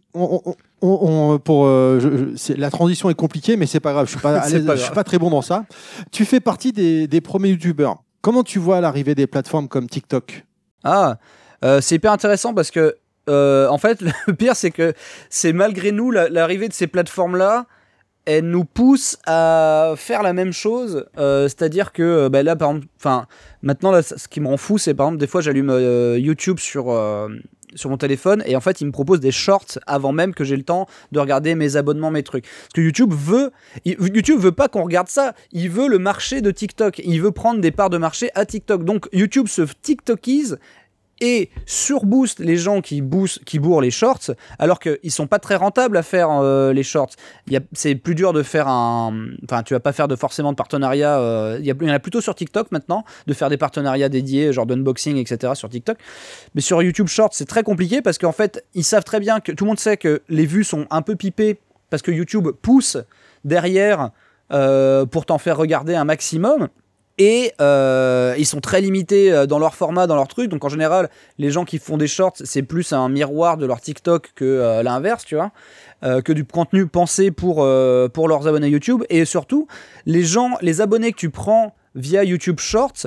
la transition est compliquée, mais c'est pas grave, je suis pas, je suis pas très bon dans ça. Tu fais partie des premiers youtubeurs. Comment tu vois l'arrivée des plateformes comme TikTok? C'est hyper intéressant, parce que en fait le pire c'est que c'est malgré nous l'arrivée de ces plateformes-là, elle nous pousse à faire la même chose, c'est-à-dire que là par exemple, maintenant là, ce qui me rend fou, c'est par exemple des fois j'allume YouTube sur mon téléphone, et en fait il me propose des shorts avant même que j'ai le temps de regarder mes abonnements, mes trucs, parce que YouTube veut pas qu'on regarde ça, il veut le marché de TikTok, il veut prendre des parts de marché à TikTok, donc YouTube se TikTokise et surbooste les gens qui bourrent les shorts, alors qu'ils sont pas très rentables à faire les shorts. C'est plus dur de faire tu vas pas faire forcément de partenariat, il y en a plutôt sur TikTok maintenant, de faire des partenariats dédiés, genre d'unboxing, etc. sur TikTok. Mais sur YouTube Shorts, c'est très compliqué, parce qu'en fait, ils savent très bien que tout le monde sait que les vues sont un peu pipées, parce que YouTube pousse derrière pour t'en faire regarder un maximum. Et ils sont très limités dans leur format, dans leur truc. Donc en général, les gens qui font des shorts, c'est plus un miroir de leur TikTok que l'inverse, tu vois, que du contenu pensé pour leurs abonnés YouTube. Et surtout, les abonnés que tu prends via YouTube Shorts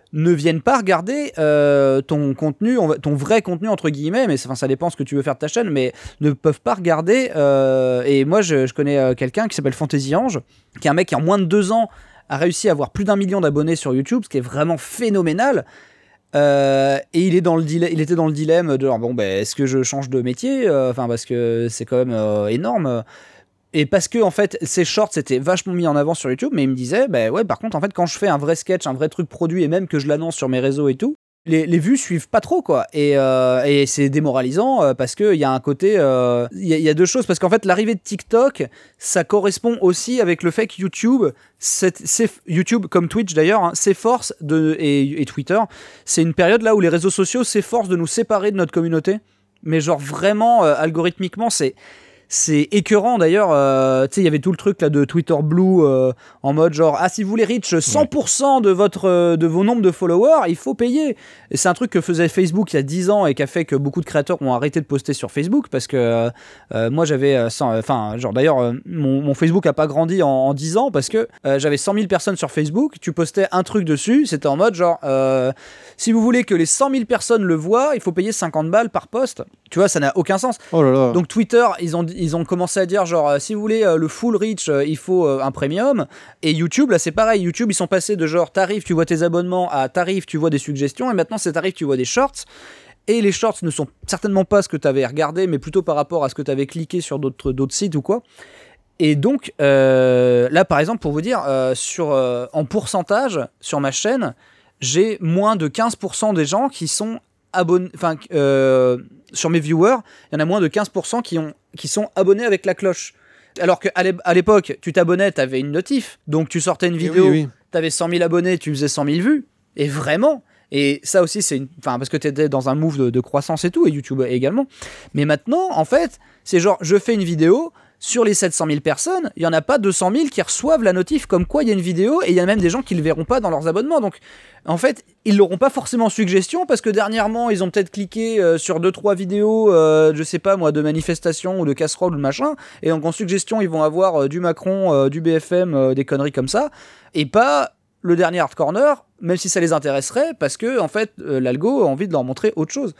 ne viennent pas regarder ton contenu, ton vrai contenu entre guillemets, mais ça dépend ce que tu veux faire de ta chaîne, mais ne peuvent pas regarder. Et moi, je connais quelqu'un qui s'appelle Fantasy Ange, qui est un mec qui en moins de 2 ans a réussi à avoir plus d'1 million d'abonnés sur YouTube, ce qui est vraiment phénoménal. Et il était dans le dilemme de genre, est-ce que je change de métier, parce que c'est quand même énorme. Et parce que en fait ces shorts c'était vachement mis en avant sur YouTube, mais il me disait par contre en fait quand je fais un vrai sketch, un vrai truc produit et même que je l'annonce sur mes réseaux et tout, les vues suivent pas trop quoi, et c'est démoralisant parce que il y a un côté il y a deux choses, parce qu'en fait l'arrivée de TikTok ça correspond aussi avec le fait que YouTube YouTube comme Twitch d'ailleurs s'efforce et Twitter, c'est une période là où les réseaux sociaux s'efforcent de nous séparer de notre communauté, mais genre vraiment algorithmiquement c'est écœurant d'ailleurs, tu sais il y avait tout le truc là de Twitter Blue en mode genre si vous voulez reach 100% de vos nombres de followers, il faut payer. Et c'est un truc que faisait Facebook il y a 10 ans et qui a fait que beaucoup de créateurs ont arrêté de poster sur Facebook, parce que moi j'avais d'ailleurs mon Facebook a pas grandi en 10 ans parce que j'avais 100 000 personnes sur Facebook, tu postais un truc dessus, c'était en mode genre si vous voulez que les 100 000 personnes le voient, il faut payer 50 balles par post. Tu vois, ça n'a aucun sens. Oh là là. Donc Twitter, ils ont commencé à dire genre si vous voulez le full reach, il faut un premium. Et YouTube, là c'est pareil. YouTube, ils sont passés de genre tarif, tu vois tes abonnements, à tarif, tu vois des suggestions. Et maintenant c'est tarif, tu vois des shorts. Et les shorts ne sont certainement pas ce que tu avais regardé, mais plutôt par rapport à ce que tu avais cliqué sur d'autres sites ou quoi. Et donc là par exemple pour vous dire en pourcentage sur ma chaîne, j'ai moins de 15% des gens qui sont abonnés, sur mes viewers, il y en a moins de 15% qui sont abonnés avec la cloche. Alors qu'à l'époque, tu t'abonnais, tu avais une notif, donc tu sortais une vidéo, tu avais 100 000 abonnés, tu faisais 100 000 vues, et vraiment. Et ça aussi, parce que tu étais dans un move de croissance et tout, et YouTube également. Mais maintenant, en fait, c'est genre, je fais une vidéo, sur les 700 000 personnes, il n'y en a pas 200 000 qui reçoivent la notif comme quoi il y a une vidéo, et il y a même des gens qui ne le verront pas dans leurs abonnements. Donc, en fait, ils l'auront pas forcément en suggestion, parce que dernièrement, ils ont peut-être cliqué sur 2-3 vidéos, je sais pas moi, de manifestations ou de casseroles ou de machin, et donc en suggestion, ils vont avoir du Macron, du BFM, des conneries comme ça, et pas le dernier Hard Corner, même si ça les intéresserait, parce que en fait, l'algo a envie de leur montrer autre chose.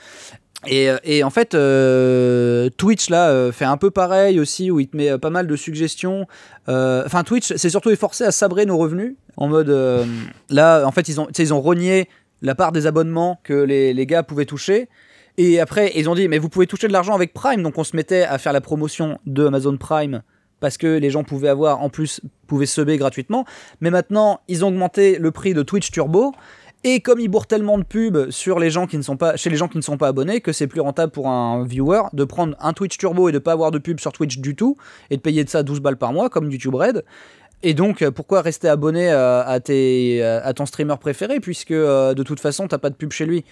Et en fait, Twitch là fait un peu pareil aussi, où il te met pas mal de suggestions. Twitch, c'est surtout efforcé à sabrer nos revenus, en mode là, en fait, ils ont rogné la part des abonnements que les gars pouvaient toucher. Et après, ils ont dit, mais vous pouvez toucher de l'argent avec Prime. Donc on se mettait à faire la promotion de Amazon Prime, parce que les gens pouvaient subber gratuitement. Mais maintenant, ils ont augmenté le prix de Twitch Turbo. Et comme ils bourrent tellement de pubs chez les gens qui ne sont pas abonnés, que c'est plus rentable pour un viewer de prendre un Twitch Turbo et de pas avoir de pub sur Twitch du tout, et de payer de ça 12 balles par mois, comme YouTube Red. Et donc, pourquoi rester abonné à ton streamer préféré, puisque de toute façon, t'as pas de pub chez lui.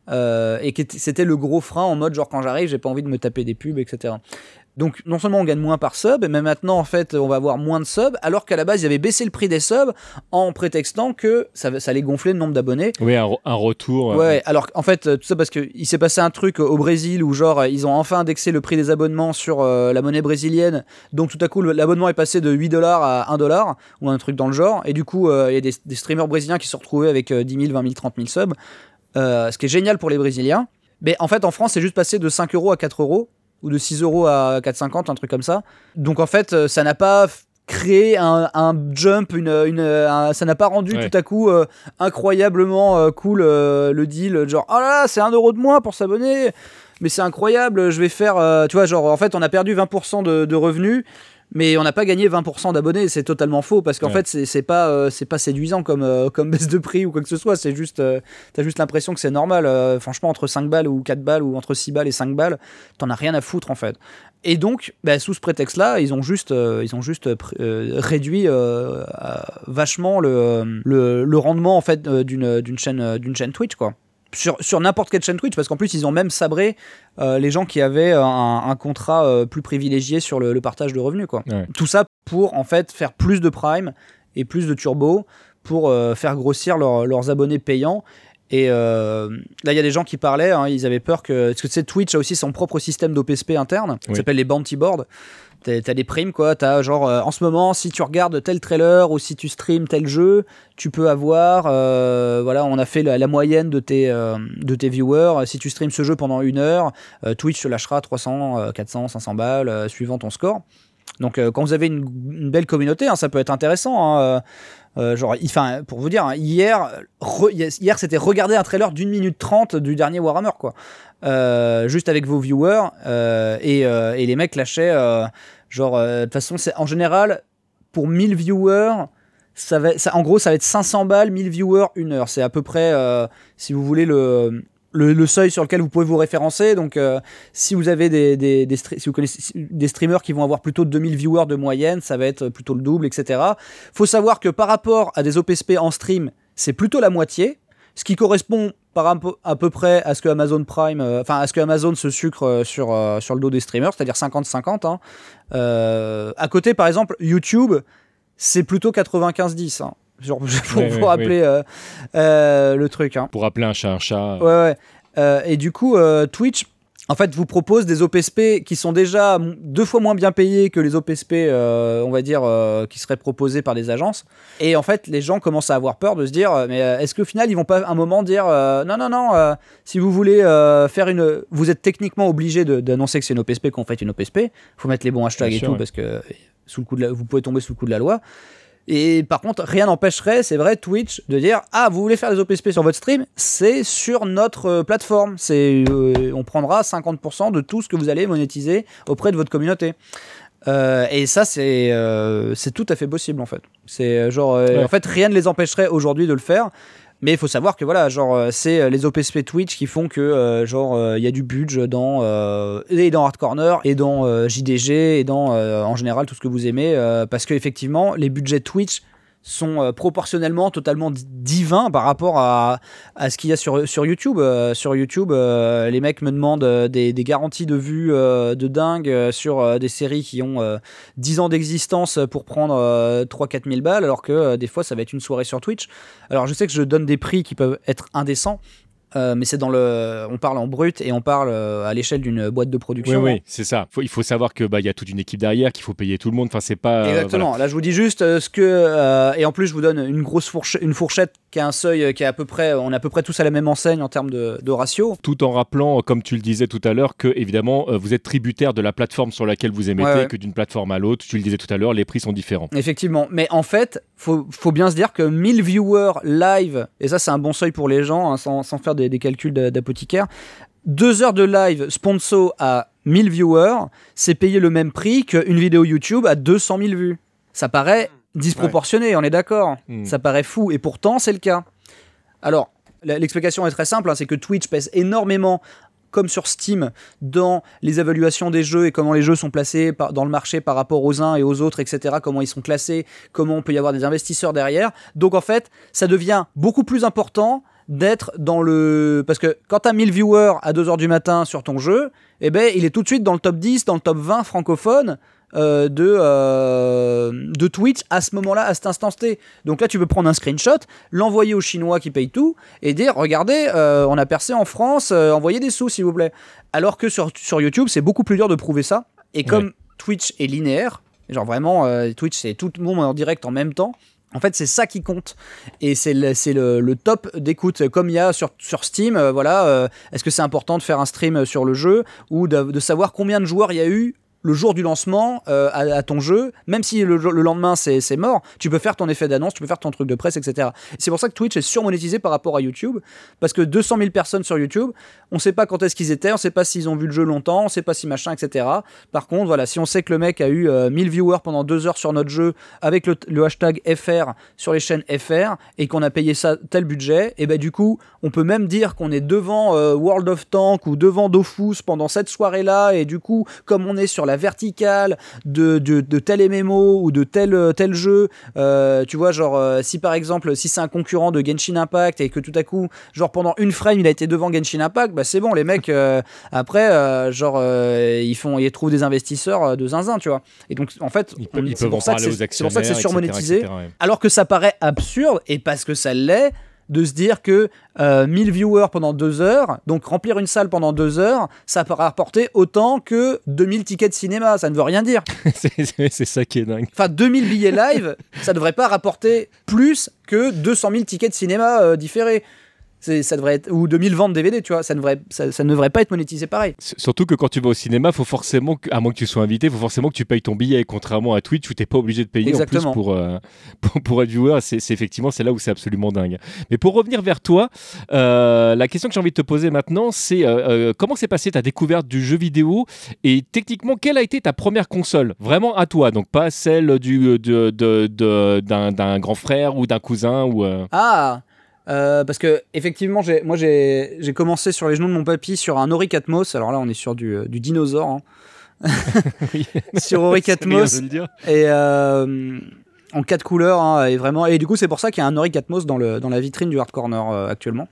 Et c'était le gros frein en mode genre quand j'arrive, j'ai pas envie de me taper des pubs, etc. Donc non seulement on gagne moins par sub, mais maintenant en fait on va avoir moins de subs, alors qu'à la base ils avaient baissé le prix des subs en prétextant que ça allait gonfler le nombre d'abonnés. Oui, un retour. Ouais, alors en fait tout ça parce qu'il s'est passé un truc au Brésil où genre ils ont enfin indexé le prix des abonnements sur la monnaie brésilienne, donc tout à coup l'abonnement est passé de $8 à $1 ou un truc dans le genre, et du coup il y a des streamers brésiliens qui se sont retrouvés avec 10 000, 20 000, 30 000 subs, ce qui est génial pour les Brésiliens. Mais en fait en France c'est juste passé de 5 € à 4 €. Ou de 6 € à 4,50, un truc comme ça. Donc en fait, ça n'a pas créé un jump, ça n'a pas rendu tout à coup incroyablement cool le deal. Genre, oh là là, c'est 1 € de moins pour s'abonner, mais c'est incroyable, je vais faire... tu vois, genre en fait, on a perdu 20% de revenus, mais on n'a pas gagné 20% d'abonnés. C'est totalement faux, parce qu'en fait c'est pas séduisant comme baisse de prix ou quoi que ce soit. C'est juste t'as juste l'impression que c'est normal. Franchement, entre 5 balles ou 4 balles, ou entre 6 balles et 5 balles, t'en as rien à foutre en fait. Et donc sous ce prétexte là, ils ont juste réduit vachement le rendement en fait d'une chaîne Twitch, quoi. Sur n'importe quelle chaîne Twitch, parce qu'en plus ils ont même sabré les gens qui avaient un contrat plus privilégié sur le partage de revenus, quoi. Ouais. Tout ça pour en fait faire plus de Prime et plus de Turbo, pour faire grossir leurs abonnés payants. Et là il y a des gens qui parlaient, ils avaient peur parce que tu sais, Twitch a aussi son propre système d'OPSP interne, qui s'appelle les bounty boards. T'as des primes, quoi. T'as genre, en ce moment, si tu regardes tel trailer ou si tu streams tel jeu, tu peux avoir, voilà, on a fait la moyenne de tes viewers. Si tu streams ce jeu pendant 1 heure, Twitch te lâchera 300, 400, 500 balles, suivant ton score. Donc, quand vous avez une belle communauté, hein, ça peut être intéressant. Hein, genre, pour vous dire, hein, hier, c'était regarder un trailer d'1 minute 30 du dernier Warhammer, quoi. Juste avec vos viewers, et les mecs lâchaient, de toute façon, c'est en général pour 1000 viewers. En gros, ça va être 500 balles, 1000 viewers, 1 heure. C'est à peu près, si vous voulez, le seuil sur lequel vous pouvez vous référencer. Donc, si vous avez si vous connaissez des streamers qui vont avoir plutôt 2000 viewers de moyenne, ça va être plutôt le double, etc. Faut savoir que par rapport à des OPSP en stream, c'est plutôt la moitié, ce qui correspond à peu près à ce que Amazon Prime, à ce que Amazon se sucre sur le dos des streamers, c'est-à-dire 50-50. Hein. À côté, par exemple, YouTube, c'est plutôt 95-10. Hein. Genre, pour vous rappeler le truc. Hein. Pour rappeler un chat un chat. Ouais. Et du coup, Twitch, en fait, vous propose des OPSP qui sont déjà 2 fois moins bien payés que les OPSP, on va dire, qui seraient proposés par des agences. Et en fait, les gens commencent à avoir peur de se dire, mais est-ce qu'au final, ils vont pas un moment dire, non, si vous voulez faire vous êtes techniquement obligé d'annoncer que c'est une OPSP, qu'on fait une OPSP. Faut mettre les bons hashtags et tout, parce que vous pouvez tomber sous le coup de la loi. Et par contre, rien n'empêcherait, c'est vrai, Twitch, de dire « Ah, vous voulez faire des OPSP sur votre stream ? C'est sur notre plateforme. On prendra 50% de tout ce que vous allez monétiser auprès de votre communauté. » Et ça, c'est tout à fait possible, en fait. C'est en fait, rien ne les empêcherait aujourd'hui de le faire. Mais il faut savoir que voilà, c'est les OPSP Twitch qui font que il y a du budget dans Hard Corner et dans JDG et dans en général tout ce que vous aimez, parce que effectivement les budgets Twitch sont proportionnellement totalement divins par rapport à ce qu'il y a sur YouTube. Sur YouTube, les mecs me demandent des garanties de vues de dingue sur des séries qui ont 10 ans d'existence pour prendre 3-4 000 balles, alors que des fois ça va être une soirée sur Twitch. Alors je sais que je donne des prix qui peuvent être indécents, mais c'est on parle en brut et on parle à l'échelle d'une boîte de production. Oui, c'est ça. Il faut savoir que y a toute une équipe derrière, qu'il faut payer tout le monde. Enfin, c'est pas. Exactement. Voilà. Là, je vous dis juste ce que et en plus je vous donne une fourchette qui a un seuil qui est à peu près. On est à peu près tous à la même enseigne en termes de ratio. Tout en rappelant, comme tu le disais tout à l'heure, que évidemment vous êtes tributaire de la plateforme sur laquelle vous émettez, que d'une plateforme à l'autre. Tu le disais tout à l'heure, les prix sont différents. Effectivement. Mais en fait, faut bien se dire que 1000 viewers live, et ça c'est un bon seuil pour les gens, hein, sans faire des calculs d'apothicaire. 2 heures de live sponsor à 1000 viewers, c'est payer le même prix qu'une vidéo YouTube à 200 000 vues. Ça paraît disproportionné, on est d'accord. Ça paraît fou, et pourtant c'est le cas. Alors, l'explication est très simple, hein, c'est que Twitch pèse énormément, comme sur Steam, dans les évaluations des jeux et comment les jeux sont placés dans le marché par rapport aux uns et aux autres, etc. Comment ils sont classés, comment on peut y avoir des investisseurs derrière. Donc en fait, ça devient beaucoup plus important d'être dans parce que quand t'as 1000 viewers à 2h du matin sur ton jeu, il est tout de suite dans le top 10, dans le top 20 francophone de Twitch à ce moment-là, à cet instant T. Donc là, tu peux prendre un screenshot, l'envoyer aux Chinois qui payent tout et dire, regardez, on a percé en France, envoyez des sous s'il vous plaît. Alors que sur YouTube, c'est beaucoup plus dur de prouver ça. Et comme Twitch est linéaire, genre vraiment, Twitch c'est tout le monde en direct en même temps. En fait, c'est ça qui compte. Et c'est le top d'écoute. Comme il y a sur Steam, est-ce que c'est important de faire un stream sur le jeu ou de savoir combien de joueurs il y a eu le jour du lancement à ton jeu, même si le lendemain c'est mort, tu peux faire ton effet d'annonce, tu peux faire ton truc de presse, etc. C'est pour ça que Twitch est surmonétisé par rapport à YouTube, parce que 200 000 personnes sur YouTube, on sait pas quand est-ce qu'ils étaient, on sait pas s'ils ont vu le jeu longtemps, on sait pas si machin, etc. Par contre, voilà, si on sait que le mec a eu 1000 viewers pendant 2 heures sur notre jeu, avec le hashtag FR sur les chaînes FR, et qu'on a payé ça tel budget, et du coup, on peut même dire qu'on est devant World of Tanks ou devant Dofus pendant cette soirée-là, et du coup, comme on est sur la verticale de tel MMO ou de tel jeu, tu vois, si par exemple si c'est un concurrent de Genshin Impact et que tout à coup pendant une frame il a été devant Genshin Impact, c'est bon, les mecs après ils trouvent des investisseurs de zinzin, tu vois, et donc en fait c'est pour ça que c'est surmonétisé, etc., alors que ça paraît absurde, et parce que ça l'est. de se dire que 1000 viewers pendant 2 heures, donc remplir une salle pendant 2 heures, ça peut rapporter autant que 2000 tickets de cinéma. Ça ne veut rien dire. c'est ça qui est dingue. Enfin, 2000 billets live, ça ne devrait pas rapporter plus que 200 000 tickets de cinéma différés. Ça devrait être, ou 2000 ventes DVD, tu vois, ça ne devrait pas être monétisé pareil. Surtout que quand tu vas au cinéma, faut forcément, à moins que tu sois invité, faut forcément que tu payes ton billet, contrairement à Twitch où t'es pas obligé de payer. Exactement. En plus pour être viewer. C'est effectivement, c'est là où c'est absolument dingue. Mais pour revenir vers toi, la question que j'ai envie de te poser maintenant, c'est comment s'est passée ta découverte du jeu vidéo et techniquement, quelle a été ta première console, vraiment à toi, donc pas celle d'un grand frère ou d'un cousin ou. Parce que effectivement, j'ai commencé sur les genoux de mon papy sur un Oric Atmos. Alors là, on est sur du dinosaure. Hein. Oui. Sur Oric Atmos et en 4 couleurs, hein, et vraiment. Et du coup, c'est pour ça qu'il y a un Oric Atmos dans la vitrine du Hard Corner actuellement.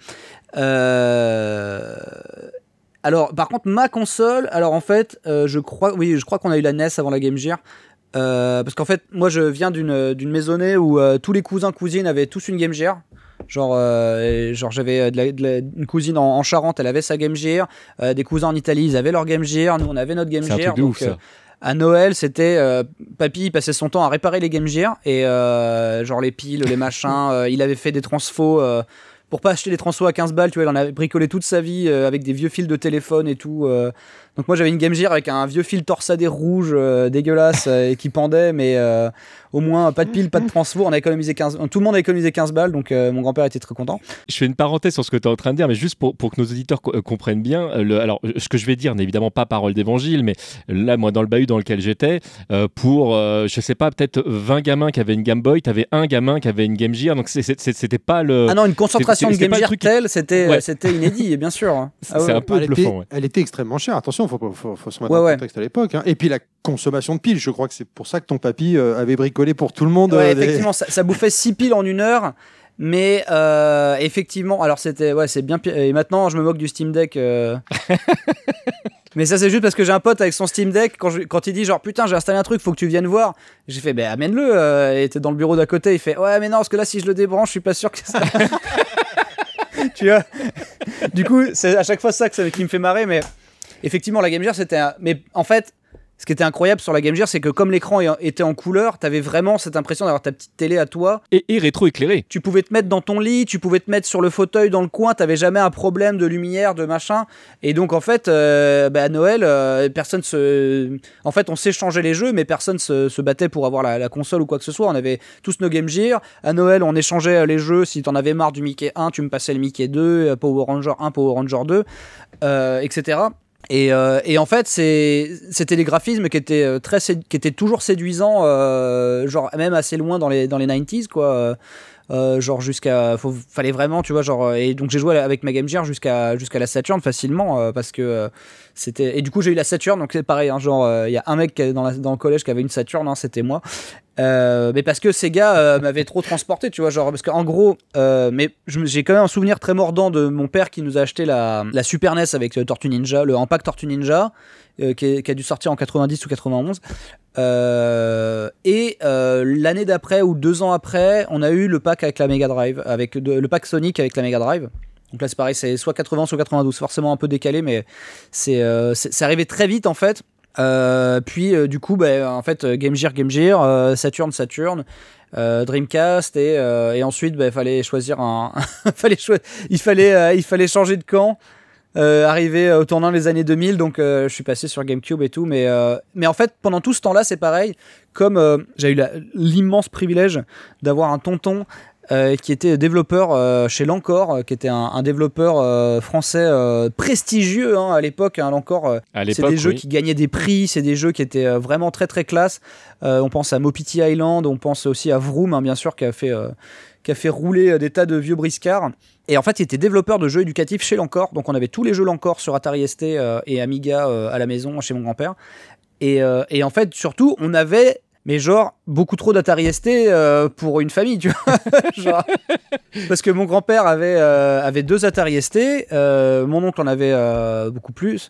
Alors, par contre, ma console. Alors en fait, je crois qu'on a eu la NES avant la Game Gear. Parce qu'en fait, moi, je viens d'une maisonnée où tous les cousins-cousines avaient tous une Game Gear. Genre j'avais une cousine en Charente, elle avait sa Game Gear, des cousins en Italie, ils avaient leur Game Gear, nous on avait notre Game Gear. C'est un truc de ouf, ça. À Noël, c'était papy, il passait son temps à réparer les Game Gear et genre les piles, les machins, il avait fait des transfos pour pas acheter des transfos à 15 balles, tu vois, il en avait bricolé toute sa vie avec des vieux fils de téléphone et tout. Donc moi j'avais une Game Gear avec un vieux fil torsadé rouge dégueulasse et qui pendait, mais au moins pas de pile, pas de transfo. On a économisé tout le monde a économisé 15 balles, donc mon grand-père était très content. Je fais une parenthèse sur ce que tu es en train de dire, mais juste pour que nos auditeurs comprennent bien. Alors, ce que je vais dire n'est évidemment pas parole d'évangile, mais là, moi, dans le bahut dans lequel j'étais, pour, je sais pas, peut-être 20 gamins qui avaient une Game Boy, t'avais un gamin qui avait une Game Gear, donc c'était pas le. Ah non, une concentration de Game Gear telle, c'était inédit, bien sûr. C'est un peu bluffant. Elle était extrêmement chère. Attention, faut se mettre en contexte à l'époque. Hein. Et puis la consommation de piles, je crois que c'est pour ça que ton papy avait bricolé pour tout le monde. Ouais, effectivement, ça bouffait 6 piles en 1 heure. Mais effectivement, alors c'est bien pire. Et maintenant, je me moque du Steam Deck. Mais ça, c'est juste parce que j'ai un pote avec son Steam Deck. Quand il dit genre putain, j'ai installé un truc, faut que tu viennes voir. J'ai fait amène-le. Et t'es dans le bureau d'à côté. Il fait ouais, mais non, parce que là, si je le débranche, je suis pas sûr que ça. Tu vois. Du coup, c'est à chaque fois ça qui me fait marrer. Mais effectivement, la Game Gear, mais en fait. Ce qui était incroyable sur la Game Gear, c'est que comme l'écran était en couleur, t'avais vraiment cette impression d'avoir ta petite télé à toi. Et rétro-éclairé. Tu pouvais te mettre dans ton lit, tu pouvais te mettre sur le fauteuil dans le coin, t'avais jamais un problème de lumière, de machin. Et donc en fait, à Noël, en fait, on s'échangeait les jeux, mais personne se battait pour avoir la console ou quoi que ce soit. On avait tous nos Game Gear. À Noël, on échangeait les jeux. Si t'en avais marre du Mickey 1, tu me passais le Mickey 2, Power Ranger 1, Power Ranger 2, etc. Et en fait, c'était des graphismes qui étaient toujours séduisants, genre même assez loin dans les 90s, quoi. Genre fallait vraiment, tu vois, genre. Et donc j'ai joué avec ma Game Gear jusqu'à la Saturn facilement, parce que c'était. Et du coup j'ai eu la Saturn, donc c'est pareil, hein, genre il y a un mec dans le collège qui avait une Saturn, hein, c'était moi. Mais parce que Sega m'avait trop transporté, tu vois, genre parce qu'en gros, mais j'ai quand même un souvenir très mordant de mon père qui nous a acheté la Super NES avec Tortue Ninja, le Impact Tortue Ninja, qui a dû sortir en 90 ou 91. L'année d'après ou 2 ans après, on a eu le pack avec la Mega Drive, le pack Sonic avec la Mega Drive. Donc là c'est pareil, c'est soit 80 soit 92, forcément un peu décalé, mais c'est arrivé très vite en fait. Du coup, en fait, Game Gear, Saturn, Dreamcast et ensuite, fallait choisir il fallait changer de camp. Arrivé au tournant des années 2000, donc je suis passé sur GameCube et tout, mais en fait pendant tout ce temps-là c'est pareil, comme j'ai eu l'immense privilège d'avoir un tonton qui était développeur chez Lancor, qui était un développeur français prestigieux, hein, à l'époque. Hein, Lancor, c'est des jeux qui gagnaient des prix, c'est des jeux qui étaient vraiment très très classe. On pense à Mopiti Island, on pense aussi à Vroom, hein, bien sûr, qui a fait rouler des tas de vieux briscards. Et en fait, il était développeur de jeux éducatifs chez Lancor, donc on avait tous les jeux Lancor sur Atari ST et Amiga à la maison chez mon grand-père. Et en fait, surtout, on avait mais genre beaucoup trop d'Atari ST pour une famille, tu vois. Genre, parce que mon grand-père avait 2 Atari ST, mon oncle en avait beaucoup plus.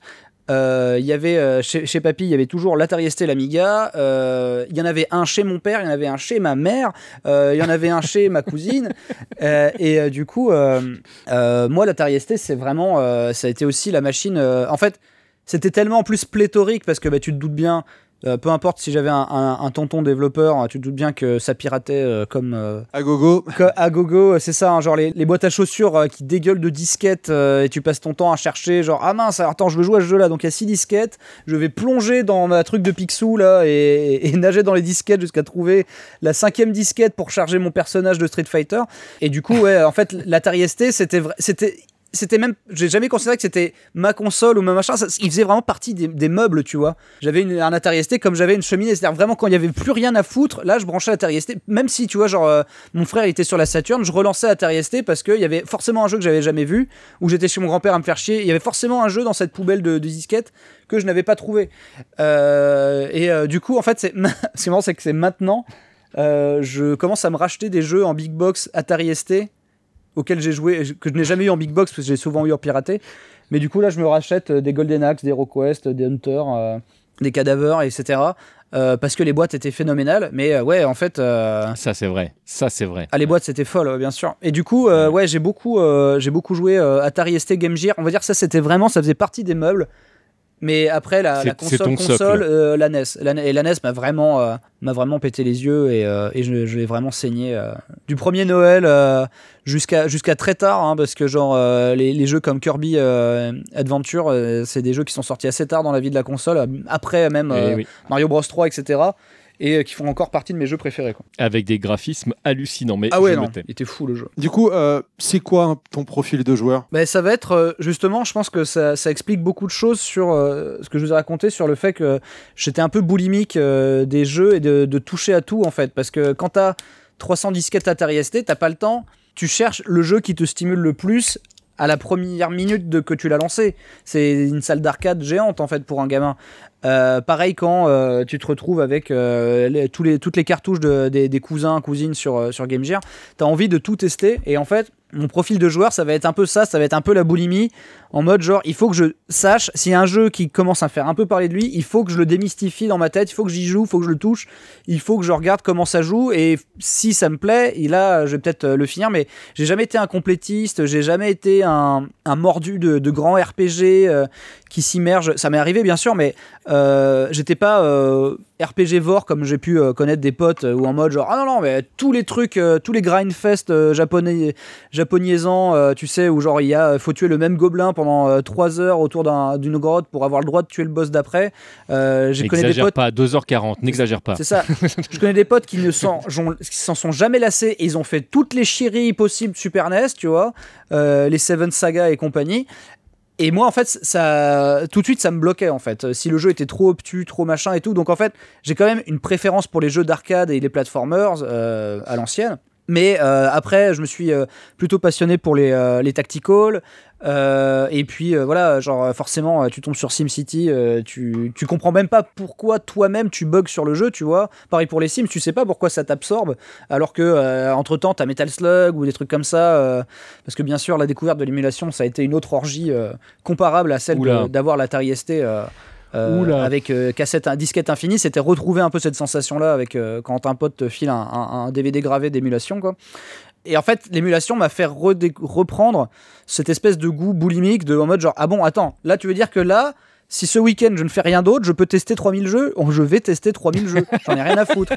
Il y avait chez Papy, il y avait toujours l'Atari ST, l'Amiga. Il y en avait un chez mon père, il y en avait un chez ma mère, il y en avait un chez ma cousine. Du coup, moi, l'Atari ST, c'est vraiment, ça a été aussi la machine. En fait, c'était tellement plus pléthorique parce que tu te doutes bien. Peu importe si j'avais un tonton développeur, tu te doutes bien que ça piratait comme à gogo. À gogo, c'est ça, hein, genre les boîtes à chaussures qui dégueulent de disquettes et tu passes ton temps à chercher, genre ah mince, attends, je veux jouer à ce jeu-là, donc il y a 6 disquettes, je vais plonger dans ma truc de Picsou là et nager dans les disquettes jusqu'à trouver la 5e disquette pour charger mon personnage de Street Fighter. Et du coup, ouais, en fait, l'Atari ST, c'était même, j'ai jamais considéré que c'était ma console ou ma machin, il faisait vraiment partie des meubles, tu vois. J'avais un Atari ST comme j'avais une cheminée, c'est-à-dire vraiment quand il y avait plus rien à foutre, là je branchais l'Atari ST, même si tu vois, genre mon frère il était sur la Saturn, je relançais l'Atari ST parce qu'il y avait forcément un jeu que j'avais jamais vu, où j'étais chez mon grand-père à me faire chier, il y avait forcément un jeu dans cette poubelle de disquettes que je n'avais pas trouvé. Du coup, en fait, ce qui est marrant, c'est que c'est maintenant, je commence à me racheter des jeux en big box Atari ST auxquels j'ai joué, que je n'ai jamais eu en big box parce que j'ai souvent eu en piraté, mais du coup là je me rachète des Golden Axe, des HeroQuest, des Hunter, des Cadavers, etc. Parce que les boîtes étaient phénoménales, mais ouais, en fait ça c'est vrai, les boîtes c'était folle, bien sûr. Et du coup ouais, j'ai beaucoup joué Atari ST, Game Gear, on va dire que ça faisait partie des meubles. Mais après la console, la NES. Et la NES m'a vraiment pété les yeux et je l'ai vraiment saigné du premier Noël jusqu'à très tard, hein, parce que genre les jeux comme Kirby Adventure, c'est des jeux qui sont sortis assez tard dans la vie de la console, après même Mario Bros 3, etc. Et qui font encore partie de mes jeux préférés, quoi. Avec des graphismes hallucinants. Mais ah ouais, non, il était fou le jeu. Du coup, c'est quoi ton profil de joueur ? Ça va être, justement, je pense que ça explique beaucoup de choses sur ce que je vous ai raconté, sur le fait que j'étais un peu boulimique des jeux et de toucher à tout, en fait. Parce que quand t'as 300 disquettes Atari ST, t'as pas le temps, tu cherches le jeu qui te stimule le plus à la première minute que tu l'as lancé. C'est une salle d'arcade géante, en fait, pour un gamin. Pareil quand tu te retrouves avec toutes les cartouches des cousins, cousines sur Game Gear, t'as envie de tout tester, et en fait mon profil de joueur ça va être un peu ça va être un peu la boulimie, en mode genre il faut que je sache s'il y a un jeu qui commence à faire un peu parler de lui, il faut que je le démystifie dans ma tête, il faut que j'y joue, il faut que je le touche, il faut que je regarde comment ça joue, et si ça me plaît, et là je vais peut-être le finir, mais j'ai jamais été un complétiste, j'ai jamais été un mordu de grands RPG qui s'immerge. Ça m'est arrivé bien sûr, mais j'étais pas RPG vor comme j'ai pu connaître des potes ou en mode genre ah non mais tous les trucs, tous les grindfest japonaisans, tu sais, où genre faut tuer le même gobelin pendant 3 heures autour d'une grotte pour avoir le droit de tuer le boss d'après. Connais des potes pas 2h40, n'exagère pas. C'est ça. Je connais des potes qui s'en sont jamais lassés et ils ont fait toutes les chieries possibles Super NES, tu vois, les Seven Saga et compagnie. Et moi, en fait, ça, tout de suite, ça me bloquait, en fait. Si le jeu était trop obtus, trop machin et tout. Donc, en fait, j'ai quand même une préférence pour les jeux d'arcade et les platformers à l'ancienne. Mais après, je me suis plutôt passionné pour les tactical. Et puis voilà, genre forcément tu tombes sur SimCity, tu comprends même pas pourquoi toi-même tu bugs sur le jeu, tu vois. Pareil pour les Sims, tu sais pas pourquoi ça t'absorbe, alors que entre temps t'as Metal Slug ou des trucs comme ça, parce que bien sûr la découverte de l'émulation ça a été une autre orgie comparable à celle d'avoir l'Atari ST avec disquette infinie. C'était retrouver un peu cette sensation là avec quand un pote te file un DVD gravé d'émulation, quoi. Et en fait, l'émulation m'a fait reprendre cette espèce de goût boulimique en mode genre, ah bon, attends, là tu veux dire que là, si ce week-end je ne fais rien d'autre, je peux tester 3000 jeux, je vais tester 3000 jeux, j'en ai rien à foutre.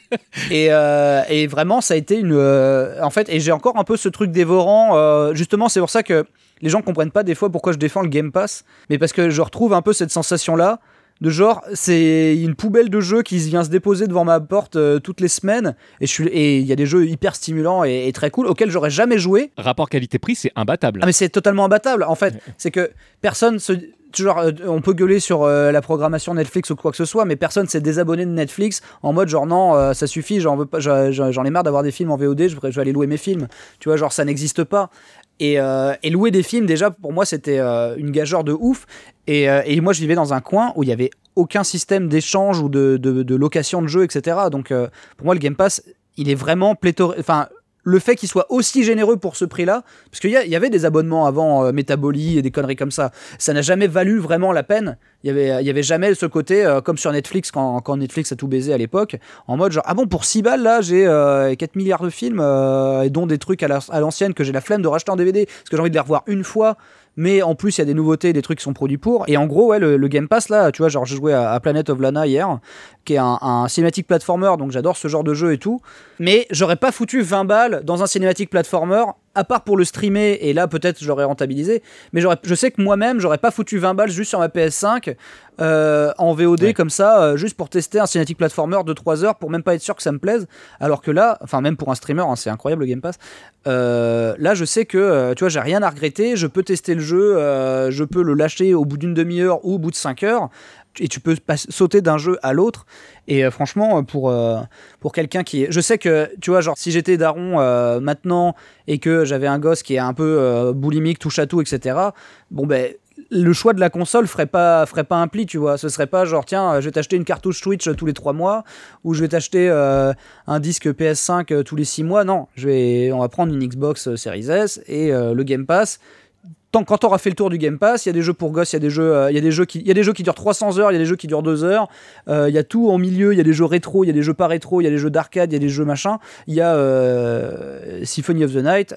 Et vraiment, ça a été en fait, et j'ai encore un peu ce truc dévorant, justement, c'est pour ça que les gens comprennent pas des fois pourquoi je défends le Game Pass, mais parce que je retrouve un peu cette sensation-là, de genre, c'est une poubelle de jeux qui vient se déposer devant ma porte toutes les semaines, et il y a des jeux hyper stimulants et très cool auxquels j'aurais jamais joué. Rapport qualité-prix, c'est imbattable. Ah mais c'est totalement imbattable en fait. C'est que personne genre, on peut gueuler sur la programmation Netflix ou quoi que ce soit, mais personne s'est désabonné de Netflix en mode genre non, ça suffit, j'en veux pas, j'en ai marre d'avoir des films en VOD, je vais aller louer mes films. Tu vois, genre ça n'existe pas. Et louer des films, déjà pour moi c'était une gageure de ouf. Et moi je vivais dans un coin où il y avait aucun système d'échange ou de location de jeux, etc. Donc pour moi le Game Pass il est vraiment pléthorique. Enfin, le fait qu'il soit aussi généreux pour ce prix-là, parce qu'il y avait des abonnements avant Metaboly et des conneries comme ça n'a jamais valu vraiment la peine. Il y avait jamais ce côté, comme sur Netflix, quand Netflix a tout baisé à l'époque, en mode genre, ah bon, pour 6 balles, là, j'ai 4 milliards de films, et dont des trucs à l'ancienne que j'ai la flemme de racheter en DVD, parce que j'ai envie de les revoir une fois, mais en plus, il y a des nouveautés, des trucs qui sont produits pour. Et en gros, ouais, le Game Pass, là, tu vois, genre, j'ai joué à Planet of Lana hier, qui est un cinématique platformer, donc j'adore ce genre de jeu et tout. Mais j'aurais pas foutu 20 balles dans un cinématique platformer, à part pour le streamer, et là, peut-être, je l'aurais rentabilisé. Mais je sais que moi-même, j'aurais pas foutu 20 balles juste sur ma PS5, en VOD, comme ça, juste pour tester un cinématique platformer de 3 heures, pour même pas être sûr que ça me plaise. Alors que là, enfin, même pour un streamer, hein, c'est incroyable le Game Pass. Là, je sais que, tu vois, j'ai rien à regretter, je peux tester le jeu, je peux le lâcher au bout d'une demi-heure ou au bout de 5 heures, et tu peux sauter d'un jeu à l'autre. Et franchement, pour quelqu'un qui est... Je sais que, tu vois, genre, si j'étais daron maintenant, et que j'avais un gosse qui est un peu boulimique, touche à tout, etc., bon, ben... le choix de la console ferait pas un pli, tu vois. Ce serait pas genre, tiens, je vais t'acheter une cartouche Switch tous les 3 mois, ou je vais t'acheter un disque PS5 tous les 6 mois. Non, on va prendre une Xbox Series S et le Game Pass. Quand t'auras fait le tour du Game Pass, il y a des jeux pour gosses, il y a des jeux qui durent 300 heures, il y a des jeux qui durent 2 heures, il y a tout en milieu, il y a des jeux rétro, il y a des jeux pas rétro, il y a des jeux d'arcade, il y a des jeux machin, il y a Symphony of the Night,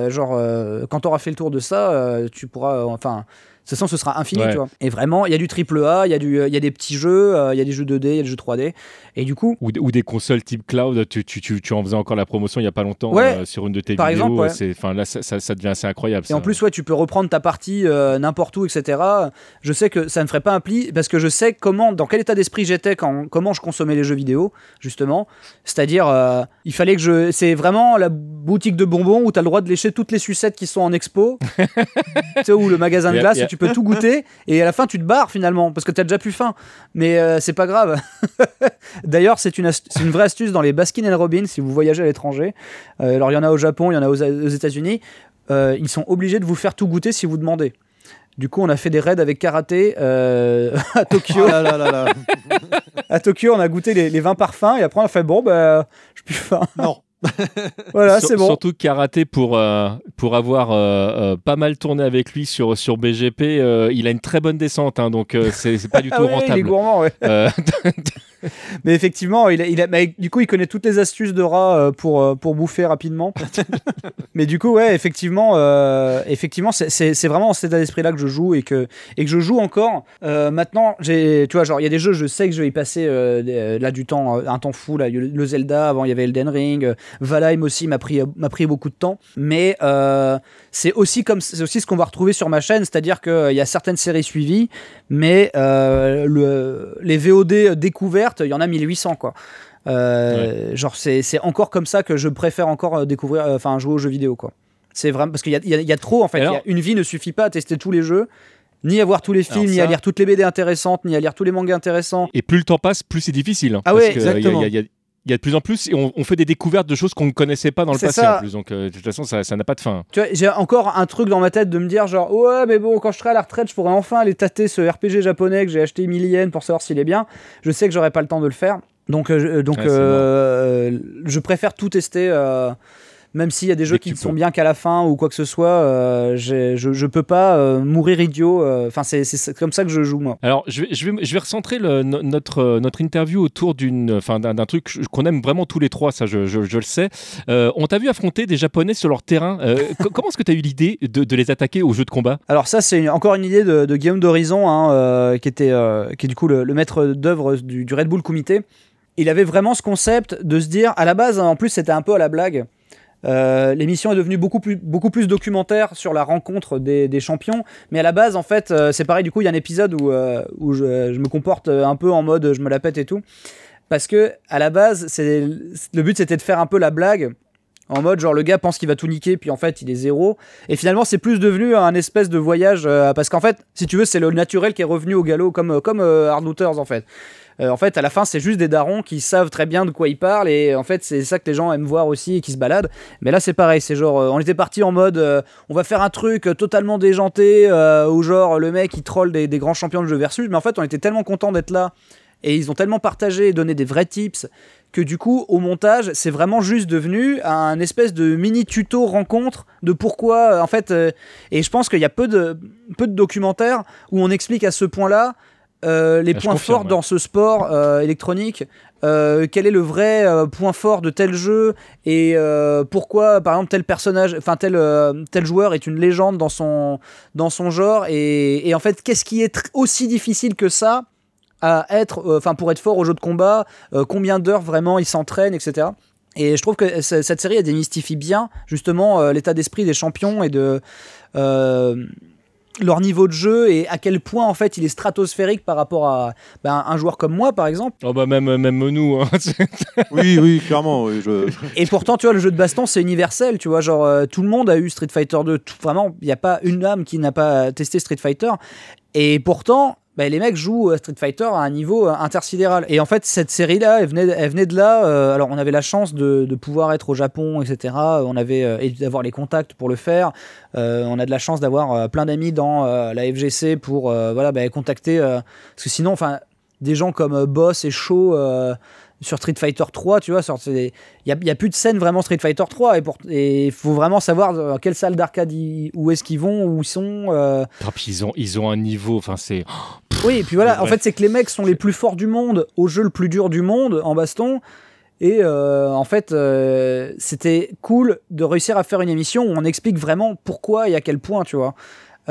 quand t'auras fait le tour de ça, tu pourras, de toute façon, ce sera infini, tu vois. Et vraiment, il y a du AAA, il y a des petits jeux, il y a des jeux 2D, il y a des jeux 3D. Et du coup... Ou des consoles type cloud, tu en faisais encore la promotion il n'y a pas longtemps sur une de tes par vidéos. Exemple, là, ça devient assez incroyable. Et en plus, tu peux reprendre ta partie n'importe où, etc. Je sais que ça ne ferait pas un pli, parce que je sais dans quel état d'esprit j'étais comment je consommais les jeux vidéo, justement. C'est-à-dire, il fallait que c'est vraiment la boutique de bonbons où tu as le droit de lécher toutes les sucettes qui sont en expo. Tu sais, ou le magasin de glace où tu peux tout goûter, et à la fin, tu te barres finalement, parce que tu as déjà plus faim. Mais c'est pas grave. D'ailleurs, c'est une vraie astuce dans les Baskin & Robbins, si vous voyagez à l'étranger. Alors, il y en a au Japon, il y en a aux États-Unis. Ils sont obligés de vous faire tout goûter si vous demandez. Du coup, on a fait des raids avec karaté à Tokyo. Oh là là là là. À Tokyo, on a goûté les 20 parfums, et après, on a fait bon, j'ai plus faim. Non. Voilà, c'est bon. Surtout karaté, pour avoir pas mal tourné avec lui sur BGP, il a une très bonne descente, hein, donc c'est pas du tout rentable. Il est gourmand, ouais. Mais effectivement, du coup, il connaît toutes les astuces de rat pour bouffer rapidement. Mais du coup, ouais, effectivement, c'est vraiment dans cet état d'esprit-là que je joue et que je joue encore. Maintenant, tu vois, genre, il y a des jeux, je sais que je vais y passer là du temps, un temps fou. Là, le Zelda, avant, il y avait Elden Ring. Valheim aussi m'a pris beaucoup de temps. Mais c'est aussi ce qu'on va retrouver sur ma chaîne, c'est-à-dire qu'il y a certaines séries suivies, mais les VOD découvertes, il y en a 1800, quoi. Genre, c'est encore comme ça que je préfère encore découvrir, jouer aux jeux vidéo, quoi. C'est vraiment parce qu'il y a trop, en fait. Alors, une vie ne suffit pas à tester tous les jeux, ni à voir tous les films, ni à lire toutes les BD intéressantes, ni à lire tous les mangas intéressants. Et plus le temps passe, plus c'est difficile. Hein, ah ouais, exactement. Il y a de plus en plus, et on fait des découvertes de choses qu'on ne connaissait pas dans le passé, en plus. Donc, de toute façon, ça n'a pas de fin. Tu vois, j'ai encore un truc dans ma tête de me dire, genre, ouais, mais bon, quand je serai à la retraite, je pourrai enfin aller tâter ce RPG japonais que j'ai acheté 1000 yens pour savoir s'il est bien. Je sais que j'aurai pas le temps de le faire. Donc, je préfère tout tester. Même s'il y a des jeux qui ne sont bien qu'à la fin ou quoi que ce soit, je peux pas mourir idiot. C'est comme ça que je joue, moi. Alors, je vais recentrer notre interview autour d'un truc qu'on aime vraiment tous les trois, ça je le sais. On t'a vu affronter des Japonais sur leur terrain. Comment est-ce que tu as eu l'idée de les attaquer au jeu de combat ? Alors ça, c'est encore une idée de Guillaume d'Horizon, qui est du coup le maître d'œuvre du Red Bull Comité. Il avait vraiment ce concept de se dire, à la base, en plus c'était un peu à la blague, l'émission est devenue beaucoup plus documentaire sur la rencontre des champions, mais à la base en fait c'est pareil. Du coup il y a un épisode où je me comporte un peu en mode je me la pète et tout, parce que à la base le but c'était de faire un peu la blague, en mode genre le gars pense qu'il va tout niquer puis en fait il est zéro, et finalement c'est plus devenu un espèce de voyage parce qu'en fait si tu veux c'est le naturel qui est revenu au galop comme Hard Looters en fait. En fait, à la fin, c'est juste des darons qui savent très bien de quoi ils parlent, et en fait, c'est ça que les gens aiment voir aussi et qui se baladent. Mais là, c'est pareil, c'est genre, on était parti en mode, on va faire un truc totalement déjanté, où genre, le mec, il troll des grands champions de jeu versus, mais en fait, on était tellement contents d'être là, et ils ont tellement partagé et donné des vrais tips, que du coup au montage c'est vraiment juste devenu un espèce de mini tuto rencontre de pourquoi en fait et je pense qu'il y a peu de documentaires où on explique à ce point-là les points forts dans ce sport électronique, quel est le vrai point fort de tel jeu et pourquoi par exemple tel personnage, enfin tel joueur est une légende dans son genre et en fait qu'est-ce qui est aussi difficile que ça à être, pour être fort au jeu de combat, combien d'heures vraiment il s'entraîne, etc. Et je trouve que cette série elle démystifie bien justement l'état d'esprit des champions et de leur niveau de jeu et à quel point en fait il est stratosphérique par rapport à un joueur comme moi par exemple. Oh bah même nous. Hein. oui, clairement. Oui, Et pourtant tu vois le jeu de baston c'est universel, tu vois genre tout le monde a eu Street Fighter 2, vraiment il n'y a pas une âme qui n'a pas testé Street Fighter et pourtant les mecs jouent Street Fighter à un niveau intersidéral. Et en fait, cette série-là, elle venait de là. Alors, on avait la chance de pouvoir être au Japon, etc. On avait et d'avoir les contacts pour le faire. On a de la chance d'avoir plein d'amis dans la FGC pour contacter. Parce que sinon, des gens comme Boss et Shaw sur Street Fighter 3, tu vois, il y a plus de scène vraiment Street Fighter 3 et il faut vraiment savoir quelle salle d'arcade où est-ce qu'ils vont, où ils sont. Puis ils ont un niveau, c'est. Oui, et puis voilà, en fait, c'est que les mecs sont les plus forts du monde au jeu le plus dur du monde en baston. Et en fait, c'était cool de réussir à faire une émission où on explique vraiment pourquoi et à quel point, tu vois.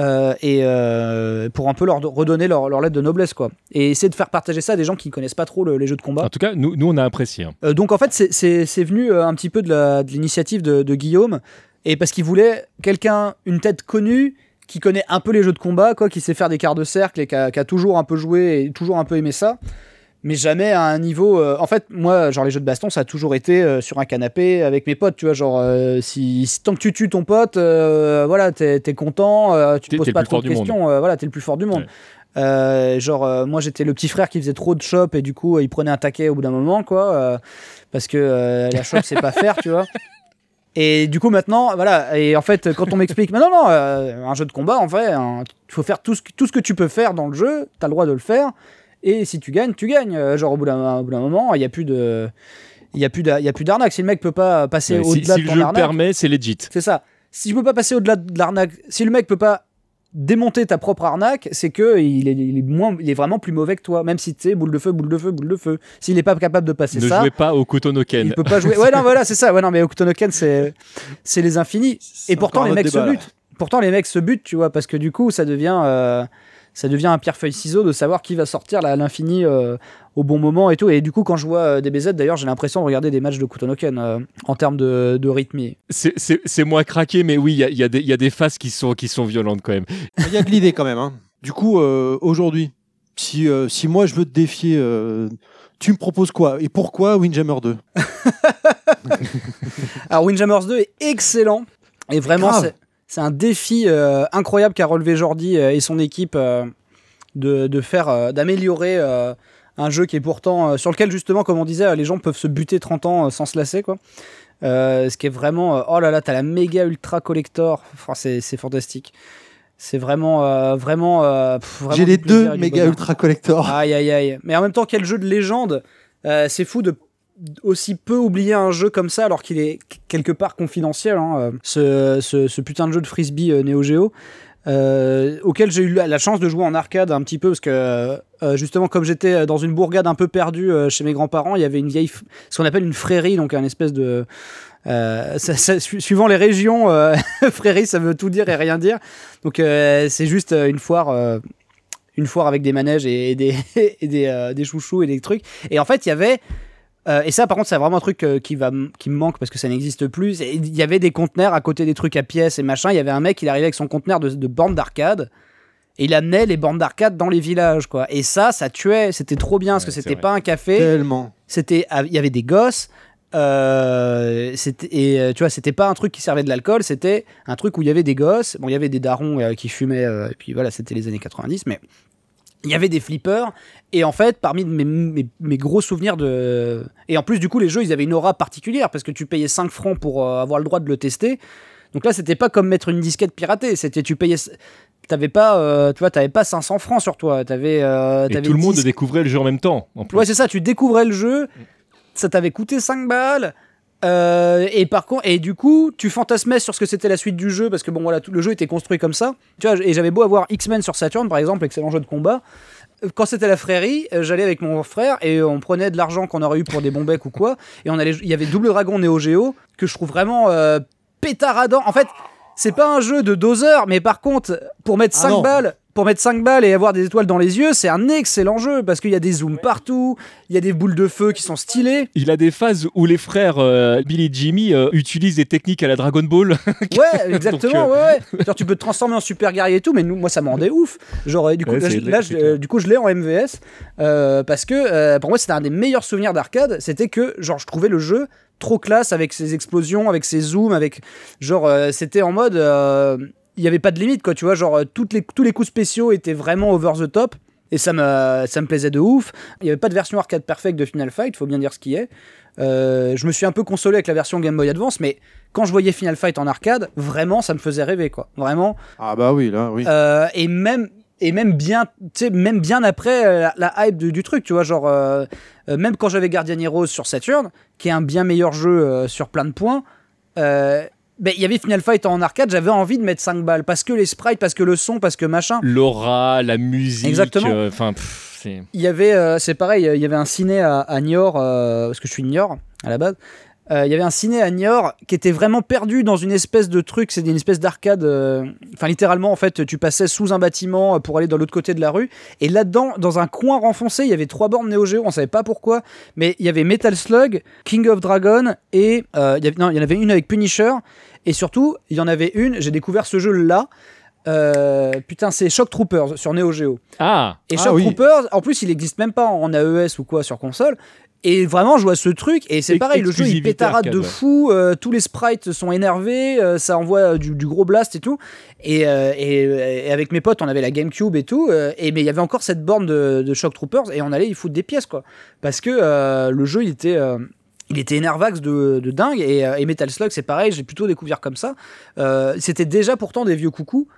Pour un peu leur redonner leur lettre de noblesse, quoi. Et essayer de faire partager ça à des gens qui connaissent pas trop les jeux de combat. En tout cas, nous on a apprécié. Hein. Donc en fait, c'est venu un petit peu de l'initiative de Guillaume, et parce qu'il voulait une tête connue, qui connaît un peu les jeux de combat, quoi, qui sait faire des quarts de cercle et qui a toujours un peu joué et toujours un peu aimé ça. Mais jamais à un niveau. En fait, moi, genre les jeux de baston, ça a toujours été sur un canapé avec mes potes, tu vois. Genre, tant que tu tues ton pote, voilà, t'es content, tu te poses pas trop de questions, voilà, t'es le plus fort du monde. Ouais. Moi, j'étais le petit frère qui faisait trop de chop et du coup, il prenait un taquet au bout d'un moment, quoi, parce que la chop, c'est pas faire, tu vois. Et du coup, maintenant, voilà. Et en fait, quand on m'explique, mais non, un jeu de combat, en vrai, il faut faire tout ce que tu peux faire dans le jeu, t'as le droit de le faire. Et si tu gagnes, tu gagnes. Genre, au bout d'un moment, il n'y a plus d'arnaque. Si le mec peut pas passer au-delà de ton arnaque... Si le jeu le permet, c'est legit. C'est ça. Si tu peux pas passer au-delà de l'arnaque... Si le mec peut pas démonter ta propre arnaque, c'est qu'il est vraiment plus mauvais que toi. Même si tu sais, boule de feu. S'il n'est pas capable de passer ça... Ne jouez pas au Kutonoken. Il peut pas jouer... Ouais, non, voilà, c'est ça. Ouais, non, mais au Kutonoken, c'est les infinis. Et pourtant, les mecs se butent. Pourtant, les mecs se butent, tu vois, parce que du coup, ça devient un pierre-feuille-ciseau de savoir qui va sortir à l'infini au bon moment et tout. Et du coup, quand je vois des BZ, d'ailleurs, j'ai l'impression de regarder des matchs de Kutonoken en termes de rythme. C'est moins craqué, mais oui, il y a des phases qui sont violentes quand même. Il y a de l'idée quand même. Hein. Du coup, aujourd'hui, si moi je veux te défier, tu me proposes quoi? Et pourquoi Windjammer 2? Alors, Windjammers 2 est excellent. Et vraiment, c'est un défi incroyable qu'a relevé Jordi et son équipe d'améliorer un jeu qui est pourtant sur lequel justement, comme on disait, les gens peuvent se buter 30 ans sans se lasser, quoi. Ce qui est vraiment oh là là, t'as la méga ultra collector, c'est fantastique. C'est vraiment j'ai les deux méga ultra collector. Aïe. Mais en même temps, quel jeu de légende. C'est fou de aussi peu oublier un jeu comme ça alors qu'il est quelque part confidentiel, hein, ce putain de jeu de frisbee Neo Geo auquel j'ai eu la chance de jouer en arcade un petit peu parce que justement comme j'étais dans une bourgade un peu perdue chez mes grands-parents, il y avait une vieille ce qu'on appelle une frérie, donc un espèce de suivant les régions frérie ça veut tout dire et rien dire, donc c'est juste une foire avec des manèges et des chouchous et des trucs, et en fait il y avait et ça par contre c'est vraiment un truc qui me manque parce que ça n'existe plus. Il y avait des conteneurs à côté des trucs à pièces et machin. Il y avait un mec, il arrivait avec son conteneur de bornes d'arcade et il amenait les bornes d'arcade dans les villages, quoi. Et ça tuait, c'était trop bien parce que c'était pas un café. Tellement. Il y avait des gosses. Tu vois, c'était pas un truc qui servait de l'alcool, c'était un truc où il y avait des gosses. Bon, il y avait des darons qui fumaient et puis voilà, c'était les années 90, mais il y avait des flippers, et en fait, parmi mes gros souvenirs de... Et en plus, du coup, les jeux, ils avaient une aura particulière, parce que tu payais 5 francs pour avoir le droit de le tester. Donc là, c'était pas comme mettre une disquette piratée, c'était tu payais... T'avais pas, tu vois, t'avais pas 500 francs sur toi. Et tout le monde découvrait le jeu en même temps, en plus. Ouais, c'est ça, tu découvrais le jeu... ça t'avait coûté 5 balles. Et du coup, tu fantasmais sur ce que c'était la suite du jeu parce que bon voilà, tout le jeu était construit comme ça. Tu vois, et j'avais beau avoir X-Men sur Saturn par exemple, excellent jeu de combat. Quand c'était la frérie, j'allais avec mon frère et on prenait de l'argent qu'on aurait eu pour des bons becs ou quoi, et il y avait Double Dragon Neo Geo que je trouve vraiment pétaradant. En fait, c'est pas un jeu de doseur, mais par contre, pour mettre 5 balles et avoir des étoiles dans les yeux, c'est un excellent jeu parce qu'il y a des zooms partout, il y a des boules de feu qui sont stylées. Il a des phases où les frères Bill et Jimmy utilisent des techniques à la Dragon Ball. Ouais, exactement. Donc, ouais. Genre, tu peux te transformer en super guerrier et tout, mais moi ça me rendait ouf. Genre, du coup, je l'ai en MVS parce que pour moi c'était un des meilleurs souvenirs d'arcade. C'était que genre je trouvais le jeu trop classe avec ses explosions, avec ses zooms, avec genre c'était en mode il n'y avait pas de limite, quoi, tu vois, genre tous les coups spéciaux étaient vraiment over the top, et ça me plaisait de ouf. Il n'y avait pas de version arcade perfect de Final Fight, faut bien dire ce qui est. Je me suis un peu consolé avec la version Game Boy Advance, mais quand je voyais Final Fight en arcade, vraiment, ça me faisait rêver, quoi, vraiment. Ah bah oui, là, oui. Et même bien après la hype du truc, tu vois, genre même quand j'avais Guardian Heroes sur Saturn, qui est un bien meilleur jeu sur plein de points, il y avait Final Fight en arcade, j'avais envie de mettre 5 balles parce que les sprites, parce que le son, parce que machin. L'aura, la musique. Exactement. Il y avait, c'est pareil, il y avait un ciné à Niort, parce que je suis de Niort à la base. Il y avait un ciné à Niort qui était vraiment perdu dans une espèce de truc, c'est une espèce d'arcade. Enfin, littéralement, en fait, tu passais sous un bâtiment pour aller de l'autre côté de la rue. Et là-dedans, dans un coin renfoncé, il y avait 3 bornes Neo Geo, on savait pas pourquoi. Mais il y avait Metal Slug, King of Dragon et. Il y en avait une avec Punisher. Et surtout, il y en avait une, j'ai découvert ce jeu-là. C'est Shock Troopers sur Neo Geo. Et Shock Troopers, en plus, il existe même pas en AES ou quoi sur console. Et vraiment, je vois ce truc, et c'est pareil, le jeu il pétarade de fou, tous les sprites sont énervés, ça envoie du gros blast et tout. Et avec mes potes, on avait la GameCube et tout, mais il y avait encore cette borne de Shock Troopers, et on allait y foutre des pièces, quoi. Parce que le jeu, il était énervax de dingue, et Metal Slug, c'est pareil, j'ai plutôt découvert comme ça. C'était déjà pourtant des vieux coucous,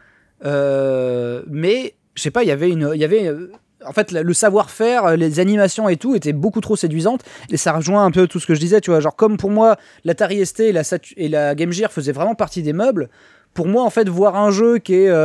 mais je sais pas, il y avait en fait, le savoir-faire, les animations et tout étaient beaucoup trop séduisantes, et ça rejoint un peu tout ce que je disais, tu vois, genre comme pour moi l'Atari ST et la Game Gear faisaient vraiment partie des meubles. Pour moi, en fait, voir un jeu qui est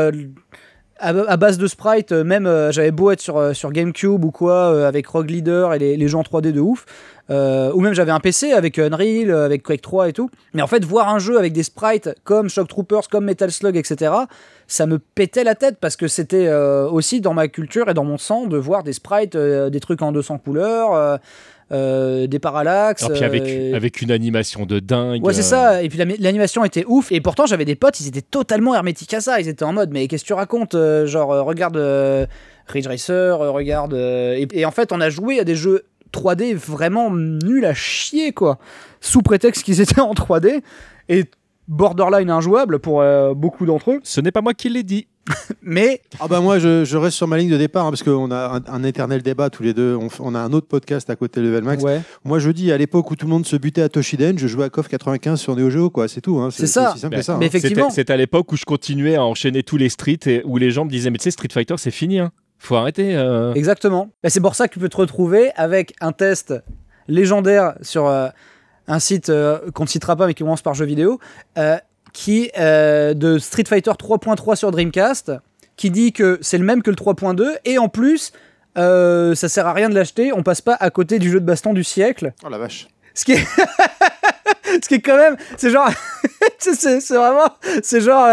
à base de sprite, même j'avais beau être sur GameCube ou quoi, avec Rogue Leader et les jeux en 3D de ouf, ou même j'avais un PC avec Unreal, avec Quake 3 et tout, mais en fait voir un jeu avec des sprites comme Shock Troopers, comme Metal Slug, etc., ça me pétait la tête parce que c'était aussi dans ma culture et dans mon sang de voir des sprites, des trucs en 200 couleurs, des parallaxes. Et puis avec une animation de dingue. Ouais, c'est ça. Et puis l'animation était ouf. Et pourtant, j'avais des potes, ils étaient totalement hermétiques à ça. Ils étaient en mode, mais qu'est-ce que tu racontes regarde Ridge Racer, regarde. Et en fait, on a joué à des jeux 3D vraiment nuls à chier, quoi. Sous prétexte qu'ils étaient en 3D. Et borderline injouable pour beaucoup d'entre eux. Ce n'est pas moi qui l'ai dit. Mais moi je reste sur ma ligne de départ, parce qu'on a un éternel débat tous les deux. On a un autre podcast à côté de Level Max. Ouais. Moi je dis, à l'époque où tout le monde se butait à Toshiden, je jouais à KOF 95 sur Neo Geo, quoi. C'est tout, hein. C'est ça. aussi simple que ça, mais hein. effectivement, C'était à l'époque où je continuais à enchaîner tous les streets et où les gens me disaient, mais tu sais, Street Fighter c'est fini, hein. Faut arrêter. Exactement. C'est pour ça que tu peux te retrouver avec un test légendaire sur un site qu'on ne citera pas mais qui commence par jeux vidéo, qui de Street Fighter 3.3 sur Dreamcast, qui dit que c'est le même que le 3.2, et en plus ça sert à rien de l'acheter, on passe pas à côté du jeu de baston du siècle. Oh la vache. Ce qui est quand même, c'est genre c'est vraiment, c'est genre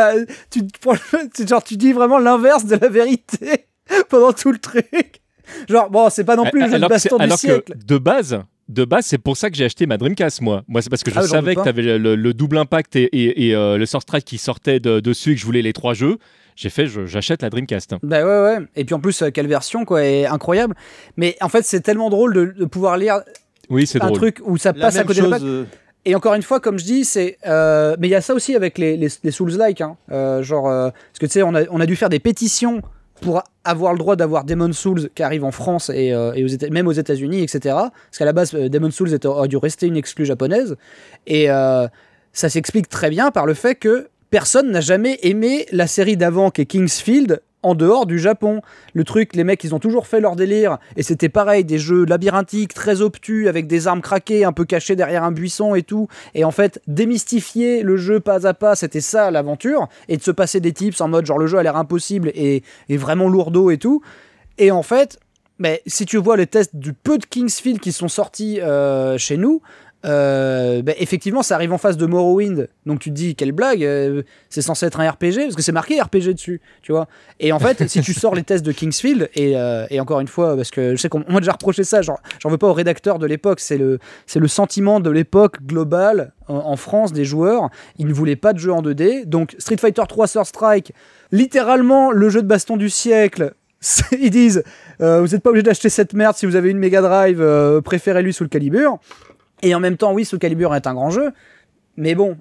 tu dis vraiment l'inverse de la vérité pendant tout le truc. Genre bon, c'est pas non plus le jeu de baston du siècle. De base, c'est pour ça que j'ai acheté ma Dreamcast, moi. Moi, c'est parce que je savais que tu avais le double impact et le Source Strike qui sortait dessus et que je voulais les 3 jeux. J'achète la Dreamcast. Bah ouais. Et puis en plus, quelle version, quoi, est incroyable. Mais en fait, c'est tellement drôle de pouvoir lire un truc où ça passe à côté de la plaque. Et encore une fois, comme je dis, c'est. Mais il y a ça aussi avec les Souls-like. Hein. Parce que tu sais, on a dû faire des pétitions pour avoir le droit d'avoir Demon's Souls qui arrive en France et même aux États-Unis, etc. Parce qu'à la base, Demon's Souls aurait dû rester une exclue japonaise. Et ça s'explique très bien par le fait que personne n'a jamais aimé la série d'avant qui est Kingsfield en dehors du Japon. Le truc, les mecs, ils ont toujours fait leur délire, et c'était pareil, des jeux labyrinthiques, très obtus, avec des armes craquées, un peu cachées derrière un buisson et tout, et en fait, démystifier le jeu pas à pas, c'était ça l'aventure, et de se passer des tips en mode genre le jeu a l'air impossible et vraiment lourdeau et tout, et en fait, mais si tu vois les tests du peu de Kingsfield qui sont sortis chez nous, effectivement ça arrive en face de Morrowind, donc tu te dis quelle blague, c'est censé être un RPG parce que c'est marqué RPG dessus, tu vois, et en fait si tu sors les tests de Kingsfield et encore une fois, parce que je sais qu'on m'a déjà reproché ça, genre, j'en veux pas au rédacteur de l'époque, c'est le sentiment de l'époque globale en France des joueurs, ils ne voulaient pas de jeu en 2D, donc Street Fighter 3 Third Strike, littéralement le jeu de baston du siècle. Ils disent vous n'êtes pas obligé d'acheter cette merde si vous avez une Mega Drive, préférez-lui Soul Calibur. Et en même temps, oui, Soul Calibur est un grand jeu, mais bon.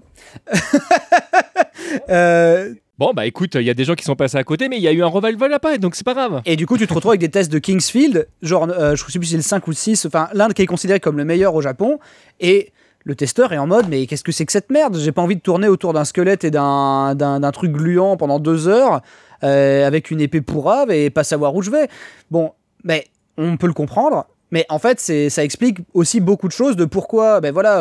Bon, bah écoute, il y a des gens qui sont passés à côté, mais il y a eu un revival après, donc c'est pas grave. Et du coup, tu te retrouves avec des tests de Kingsfield, genre, je sais plus si c'est le 5 ou le 6, enfin, l'un qui est considéré comme le meilleur au Japon, et le testeur est en mode, mais qu'est-ce que c'est que cette merde ? J'ai pas envie de tourner autour d'un squelette et d'un truc gluant pendant 2 heures, avec une épée pourrave et pas savoir où je vais. Bon, mais on peut le comprendre. Mais en fait, ça explique aussi beaucoup de choses de pourquoi,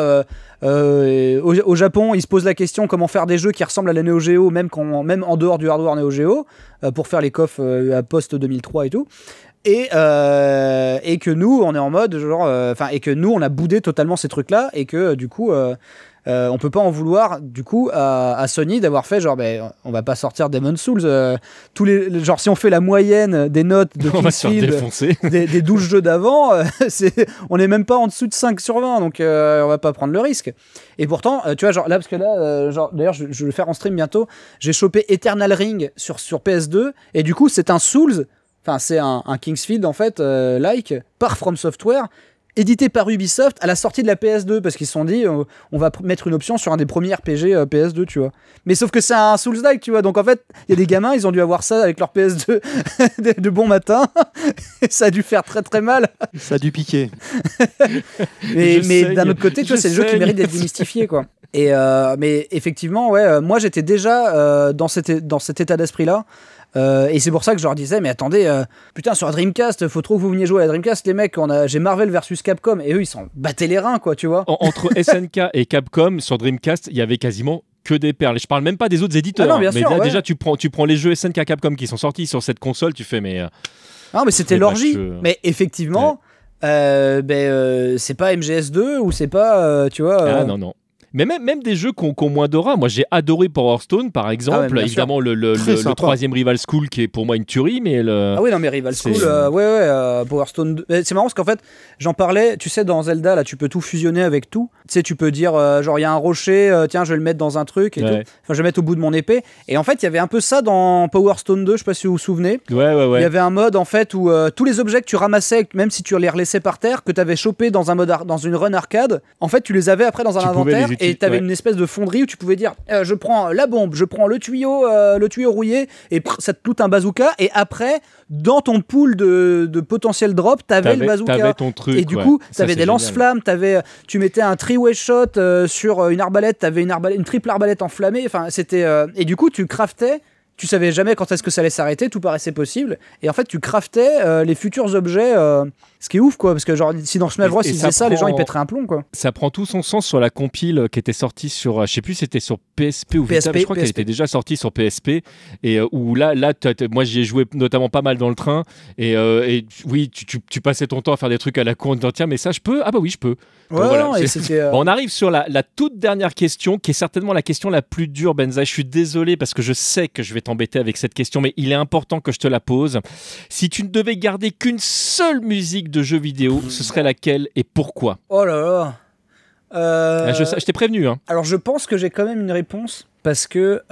au Japon, ils se posent la question comment faire des jeux qui ressemblent à la Neo Geo, même en dehors du hardware Neo Geo, pour faire les coffres à post 2003 et tout. Et que nous, on est en mode genre, et que nous, on a boudé totalement ces trucs-là, et que du coup, on peut pas en vouloir du coup à Sony d'avoir fait genre on va pas sortir Demon's Souls, genre si on fait la moyenne des notes de Kingsfield des 12 jeux d'avant, on est même pas en dessous de 5 sur 20, donc on va pas prendre le risque. Et pourtant tu vois, genre là, parce que là d'ailleurs je vais le faire en stream bientôt, j'ai chopé Eternal Ring sur PS2, et du coup c'est un Souls, enfin c'est un Kingsfield en fait, par From Software, édité par Ubisoft à la sortie de la PS2, parce qu'ils se sont dit on va mettre une option sur un des premiers RPG PS2, tu vois. Mais sauf que c'est un Souls-like, tu vois, donc en fait il y a des gamins, ils ont dû avoir ça avec leur PS2 de bon matin et ça a dû faire très très mal, ça a dû piquer. mais d'un autre côté, tu vois, c'est le jeu qui mérite d'être démystifié, quoi. Et mais effectivement, ouais, moi j'étais déjà dans cet état d'esprit là. Et c'est pour ça que je leur disais, mais attendez, putain, sur la Dreamcast, faut trop que vous veniez jouer à la Dreamcast, les mecs. J'ai Marvel versus Capcom, et eux ils s'en battaient les reins, quoi, tu vois. Entre SNK et Capcom sur Dreamcast, il y avait quasiment que des perles. Je parle même pas des autres éditeurs. Ah non, bien mais sûr, là, ouais. déjà, tu prends les jeux SNK Capcom qui sont sortis sur cette console, tu fais, mais. Non, mais c'était l'orgie. Mais effectivement, c'est pas MGS2 ou c'est pas, tu vois. Ah non. Mais même des jeux qui ont moins d'aura. Moi, j'ai adoré Power Stone, par exemple. Évidemment, le troisième Rival School, qui est pour moi une tuerie. Mais Ah oui, non, mais Rival School, Power Stone 2. C'est marrant parce qu'en fait, j'en parlais, tu sais, dans Zelda, là, tu peux tout fusionner avec tout. Tu sais, tu peux dire, genre, il y a un rocher, tiens, je vais le mettre dans un truc et tout. Enfin, je vais le mettre au bout de mon épée. Et en fait, il y avait un peu ça dans Power Stone 2, je sais pas si vous vous souvenez. Ouais. Il y avait un mode, en fait, où tous les objets que tu ramassais, même si tu les relaissais par terre, que tu avais chopé dans une run arcade, en fait, tu les avais après dans un inventaire. Et tu avais une espèce de fonderie où tu pouvais dire je prends la bombe, je prends le tuyau rouillé, et ça te loot un bazooka, et après dans ton pool de potentiel drop t'avais le bazooka, t'avais ton truc, et du coup t'avais des lance-flammes, tu mettais un three-way shot sur une arbalète, t'avais une triple arbalète enflammée, enfin c'était et du coup tu craftais. Tu savais jamais quand est-ce que ça allait s'arrêter, tout paraissait possible, et en fait tu craftais les futurs objets, ce qui est ouf, quoi, parce que genre si dans Smash Bros ils faisaient ça, les gens ils pèteraient un plomb, quoi. Ça prend tout son sens sur la compile qui était sortie sur, je sais plus si c'était sur PSP ou Vita, mais je crois qu'elle était déjà sortie sur PSP, et où là moi j'y ai joué notamment pas mal dans le train, et oui, tu passais ton temps à faire des trucs à la con, en disant tiens mais ça je peux, ah bah oui je peux. Ouais, voilà, non, et c'était Bon, on arrive sur la toute dernière question, qui est certainement la question la plus dure, Benza. Je suis désolé parce que je sais que je vais t'embêter avec cette question, mais il est important que je te la pose. Si tu ne devais garder qu'une seule musique de jeu vidéo, ce serait laquelle et pourquoi ? Oh là là. Je t'ai prévenu. Hein. Alors je pense que j'ai quand même une réponse, parce que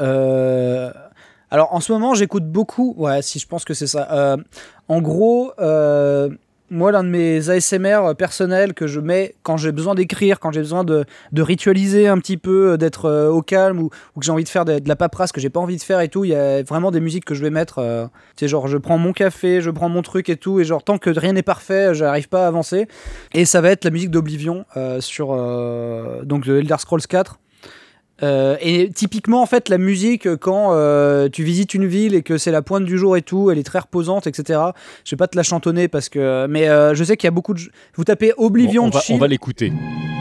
alors en ce moment j'écoute beaucoup. Ouais, si, je pense que c'est ça. En gros, moi, l'un de mes ASMR personnels que je mets quand j'ai besoin d'écrire, quand j'ai besoin de ritualiser un petit peu, d'être au calme, ou que j'ai envie de faire de la paperasse que j'ai pas envie de faire et tout, il y a vraiment des musiques que je vais mettre. Tu sais, genre, je prends mon café, je prends mon truc et tout, et genre, tant que rien n'est parfait, j'arrive pas à avancer. Et ça va être la musique d'Oblivion sur donc de Elder Scrolls 4. Et typiquement, en fait, la musique, quand tu visites une ville et que c'est la pointe du jour et tout, elle est très reposante, etc. Je vais pas te la chantonner parce que, mais je sais qu'il y a beaucoup de. Vous tapez Oblivion on Chill. va l'écouter.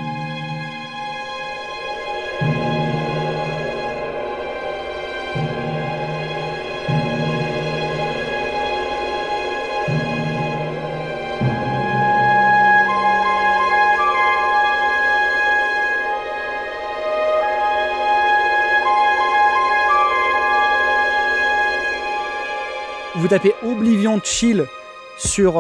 Vous tapez Oblivion Chill sur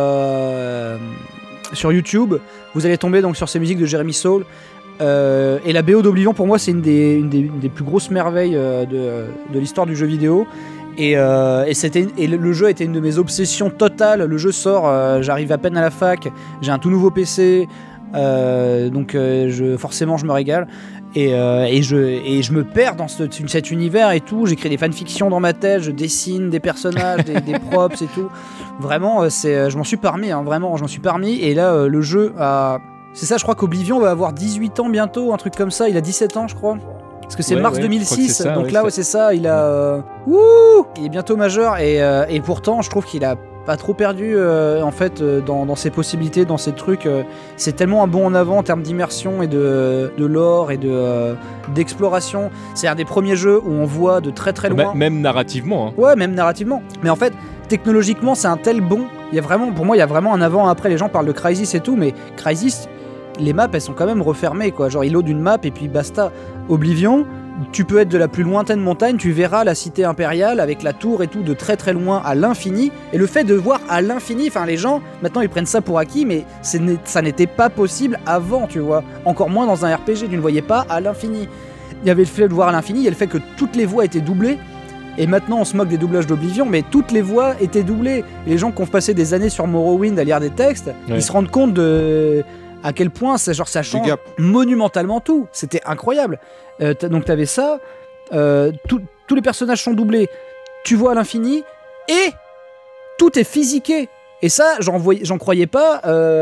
YouTube, vous allez tomber donc sur ces musiques de Jeremy Soule. Et la BO d'Oblivion, pour moi, c'est une des plus grosses merveilles de l'histoire du jeu vidéo. Et le jeu était une de mes obsessions totales. Le jeu sort, j'arrive à peine à la fac, j'ai un tout nouveau PC, donc forcément je me régale. Et je me perds dans cet univers et tout. J'écris des fanfictions dans ma tête, je dessine des personnages, des props et tout. Vraiment, je m'en suis pas remis, hein, vraiment, je m'en suis pas remis. Et là, le jeu a... C'est ça, je crois qu'Oblivion va avoir 18 ans bientôt, un truc comme ça. Il a 17 ans, je crois. Parce que c'est mars 2006, ça, donc là, c'est ça. Il a... il est bientôt majeur. Et pourtant, je trouve qu'il a pas trop perdu en fait dans ses possibilités, dans ses trucs. C'est tellement un bond en avant en termes d'immersion et de lore et d'exploration. C'est un des premiers jeux où on voit de très très loin. Même narrativement. Hein. Ouais, même narrativement. Mais en fait, technologiquement, c'est un tel bond. Pour moi, il y a vraiment un avant et après. Les gens parlent de Crysis et tout, mais Crysis, les maps, elles sont quand même refermées, quoi. Genre, il load une map et puis basta. Oblivion, tu peux être de la plus lointaine montagne, tu verras la cité impériale avec la tour et tout de très très loin à l'infini. Et le fait de voir à l'infini, enfin les gens, maintenant ils prennent ça pour acquis, mais ça n'était pas possible avant, tu vois. Encore moins dans un RPG, tu ne voyais pas à l'infini. Il y avait le fait de voir à l'infini, il y a le fait que toutes les voix étaient doublées. Et maintenant on se moque des doublages d'Oblivion, mais toutes les voix étaient doublées. Et les gens qui ont passé des années sur Morrowind à lire des textes, ils se rendent compte à quel point ça change monumentalement tout. C'était incroyable. Donc t'avais ça, tous les personnages sont doublés, tu vois à l'infini, et tout est physiqué. Et ça, j'en croyais pas,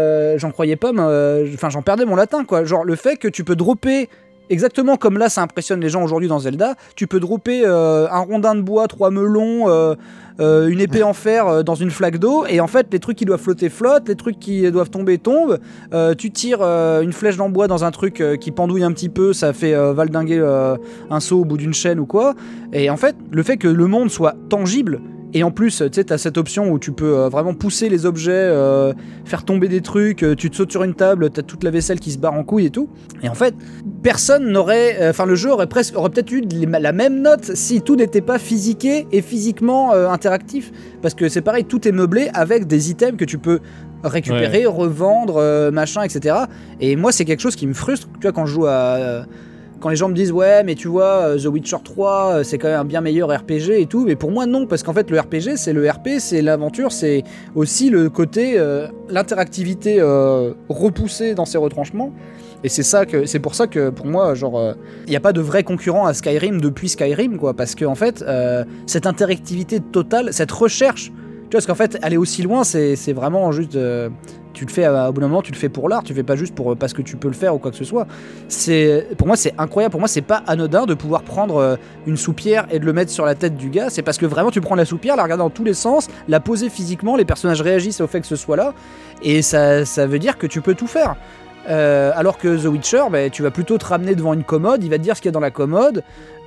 j'en perdais mon latin, quoi. Genre le fait que tu peux dropper, exactement comme là ça impressionne les gens aujourd'hui dans Zelda, tu peux dropper un rondin de bois, 3 melons, une épée en fer dans une flaque d'eau, et en fait les trucs qui doivent flotter flottent, les trucs qui doivent tomber tombent, tu tires une flèche en bois dans un truc qui pendouille un petit peu, ça fait valdinguer un seau au bout d'une chaîne ou quoi. Et en fait le fait que le monde soit tangible, et en plus, tu sais, t'as cette option où tu peux vraiment pousser les objets, faire tomber des trucs, tu te sautes sur une table, t'as toute la vaisselle qui se barre en couille et tout. Et en fait, personne n'aurait... Enfin, le jeu aurait peut-être eu la même note si tout n'était pas physiqué et physiquement interactif. Parce que c'est pareil, tout est meublé avec des items que tu peux récupérer, revendre, machin, etc. Et moi, c'est quelque chose qui me frustre, tu vois, quand je joue à... Quand les gens me disent ouais mais tu vois The Witcher 3 c'est quand même un bien meilleur RPG et tout, mais pour moi non, parce qu'en fait le RPG c'est le RP, c'est l'aventure, c'est aussi le côté l'interactivité repoussée dans ses retranchements. Et c'est pour ça que pour moi genre il n'y a pas de vrai concurrent à Skyrim depuis Skyrim, quoi, parce que en fait cette interactivité totale, cette recherche, tu vois, parce qu'en fait aller aussi loin c'est vraiment juste tu le fais au bout d'un moment, tu le fais pour l'art, tu fais pas juste parce que tu peux le faire ou quoi que ce soit. Pour moi c'est incroyable, pour moi c'est pas anodin de pouvoir prendre une soupière et de le mettre sur la tête du gars. C'est parce que vraiment tu prends la soupière, la regarder dans tous les sens, la poser physiquement, les personnages réagissent au fait que ce soit là, et ça veut dire que tu peux tout faire. Alors que The Witcher, tu vas plutôt te ramener devant une commode, il va te dire ce qu'il y a dans la commode,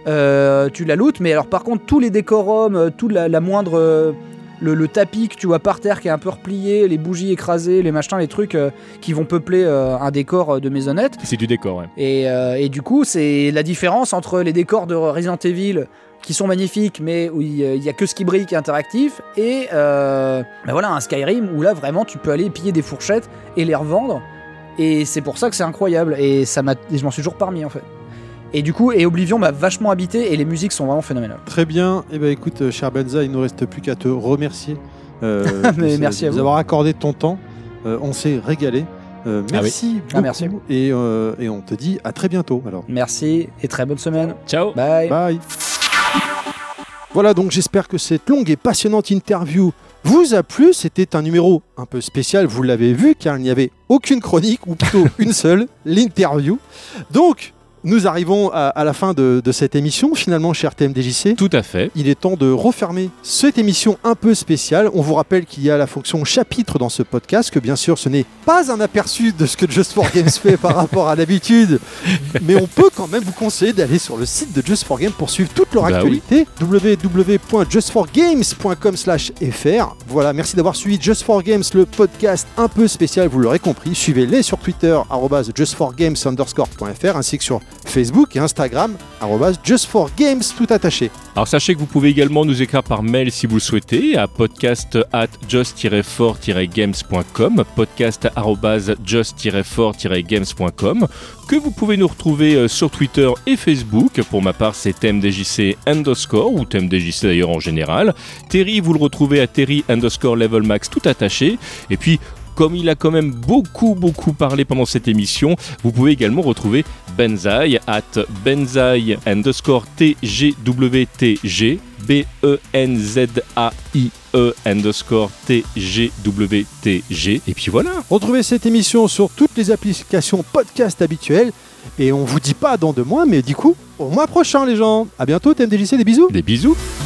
tu la lootes, mais alors par contre tous les décorums, tout la moindre... Le tapis que tu vois par terre qui est un peu replié, les bougies écrasées, les machins, les trucs qui vont peupler un décor de maisonnette. C'est du décor, ouais. Et du coup, c'est la différence entre les décors de Resident Evil qui sont magnifiques, mais où il y a que ce qui brille qui est interactif, et voilà, un Skyrim où là vraiment tu peux aller piller des fourchettes et les revendre. Et c'est pour ça que c'est incroyable. Et je m'en suis toujours pas remis en fait. Et du coup, Oblivion m'a vachement habité et les musiques sont vraiment phénoménales. Très bien. Et écoute, cher Benza, il ne nous reste plus qu'à te remercier. Merci à vous. D'avoir accordé ton temps. On s'est régalé. Merci beaucoup. Merci. Et on te dit à très bientôt. Alors. Merci et très bonne semaine. Ciao. Bye. Bye. Voilà, donc j'espère que cette longue et passionnante interview vous a plu. C'était un numéro un peu spécial, vous l'avez vu, car il n'y avait aucune chronique, ou plutôt une seule, l'interview. Donc, Nous arrivons à la fin de cette émission, finalement, cher TMDJC. Tout à fait. Il est temps de refermer cette émission un peu spéciale. On vous rappelle qu'il y a la fonction chapitre dans ce podcast, que bien sûr, ce n'est pas un aperçu de ce que Just for Games fait par rapport à l'habitude, mais on peut quand même vous conseiller d'aller sur le site de Just for Games pour suivre toute leur actualité. www.justforgames.com/fr. Voilà, merci d'avoir suivi Just for Games, le podcast un peu spécial, vous l'aurez compris. Suivez-les sur Twitter, @justforgames_.fr, ainsi que sur Facebook et Instagram, @justforgames, tout attaché. Alors sachez que vous pouvez également nous écrire par mail si vous le souhaitez à podcast@just-for-games.com, podcast@just-for-games.com, que vous pouvez nous retrouver sur Twitter et Facebook. Pour ma part, c'est TMDJC_ ou TMDJC d'ailleurs en général. Terry, vous le retrouvez à Terry_levelmax, tout attaché. Et puis, comme il a quand même beaucoup parlé pendant cette émission, vous pouvez également retrouver Benzaï @benzaï_tgwtg, BENZAIE_TGWTG. Et puis voilà. Retrouvez cette émission sur toutes les applications podcast habituelles. Et on vous dit pas dans 2 mois, mais du coup, au mois prochain les gens. À bientôt TMDJC, des bisous. Des bisous.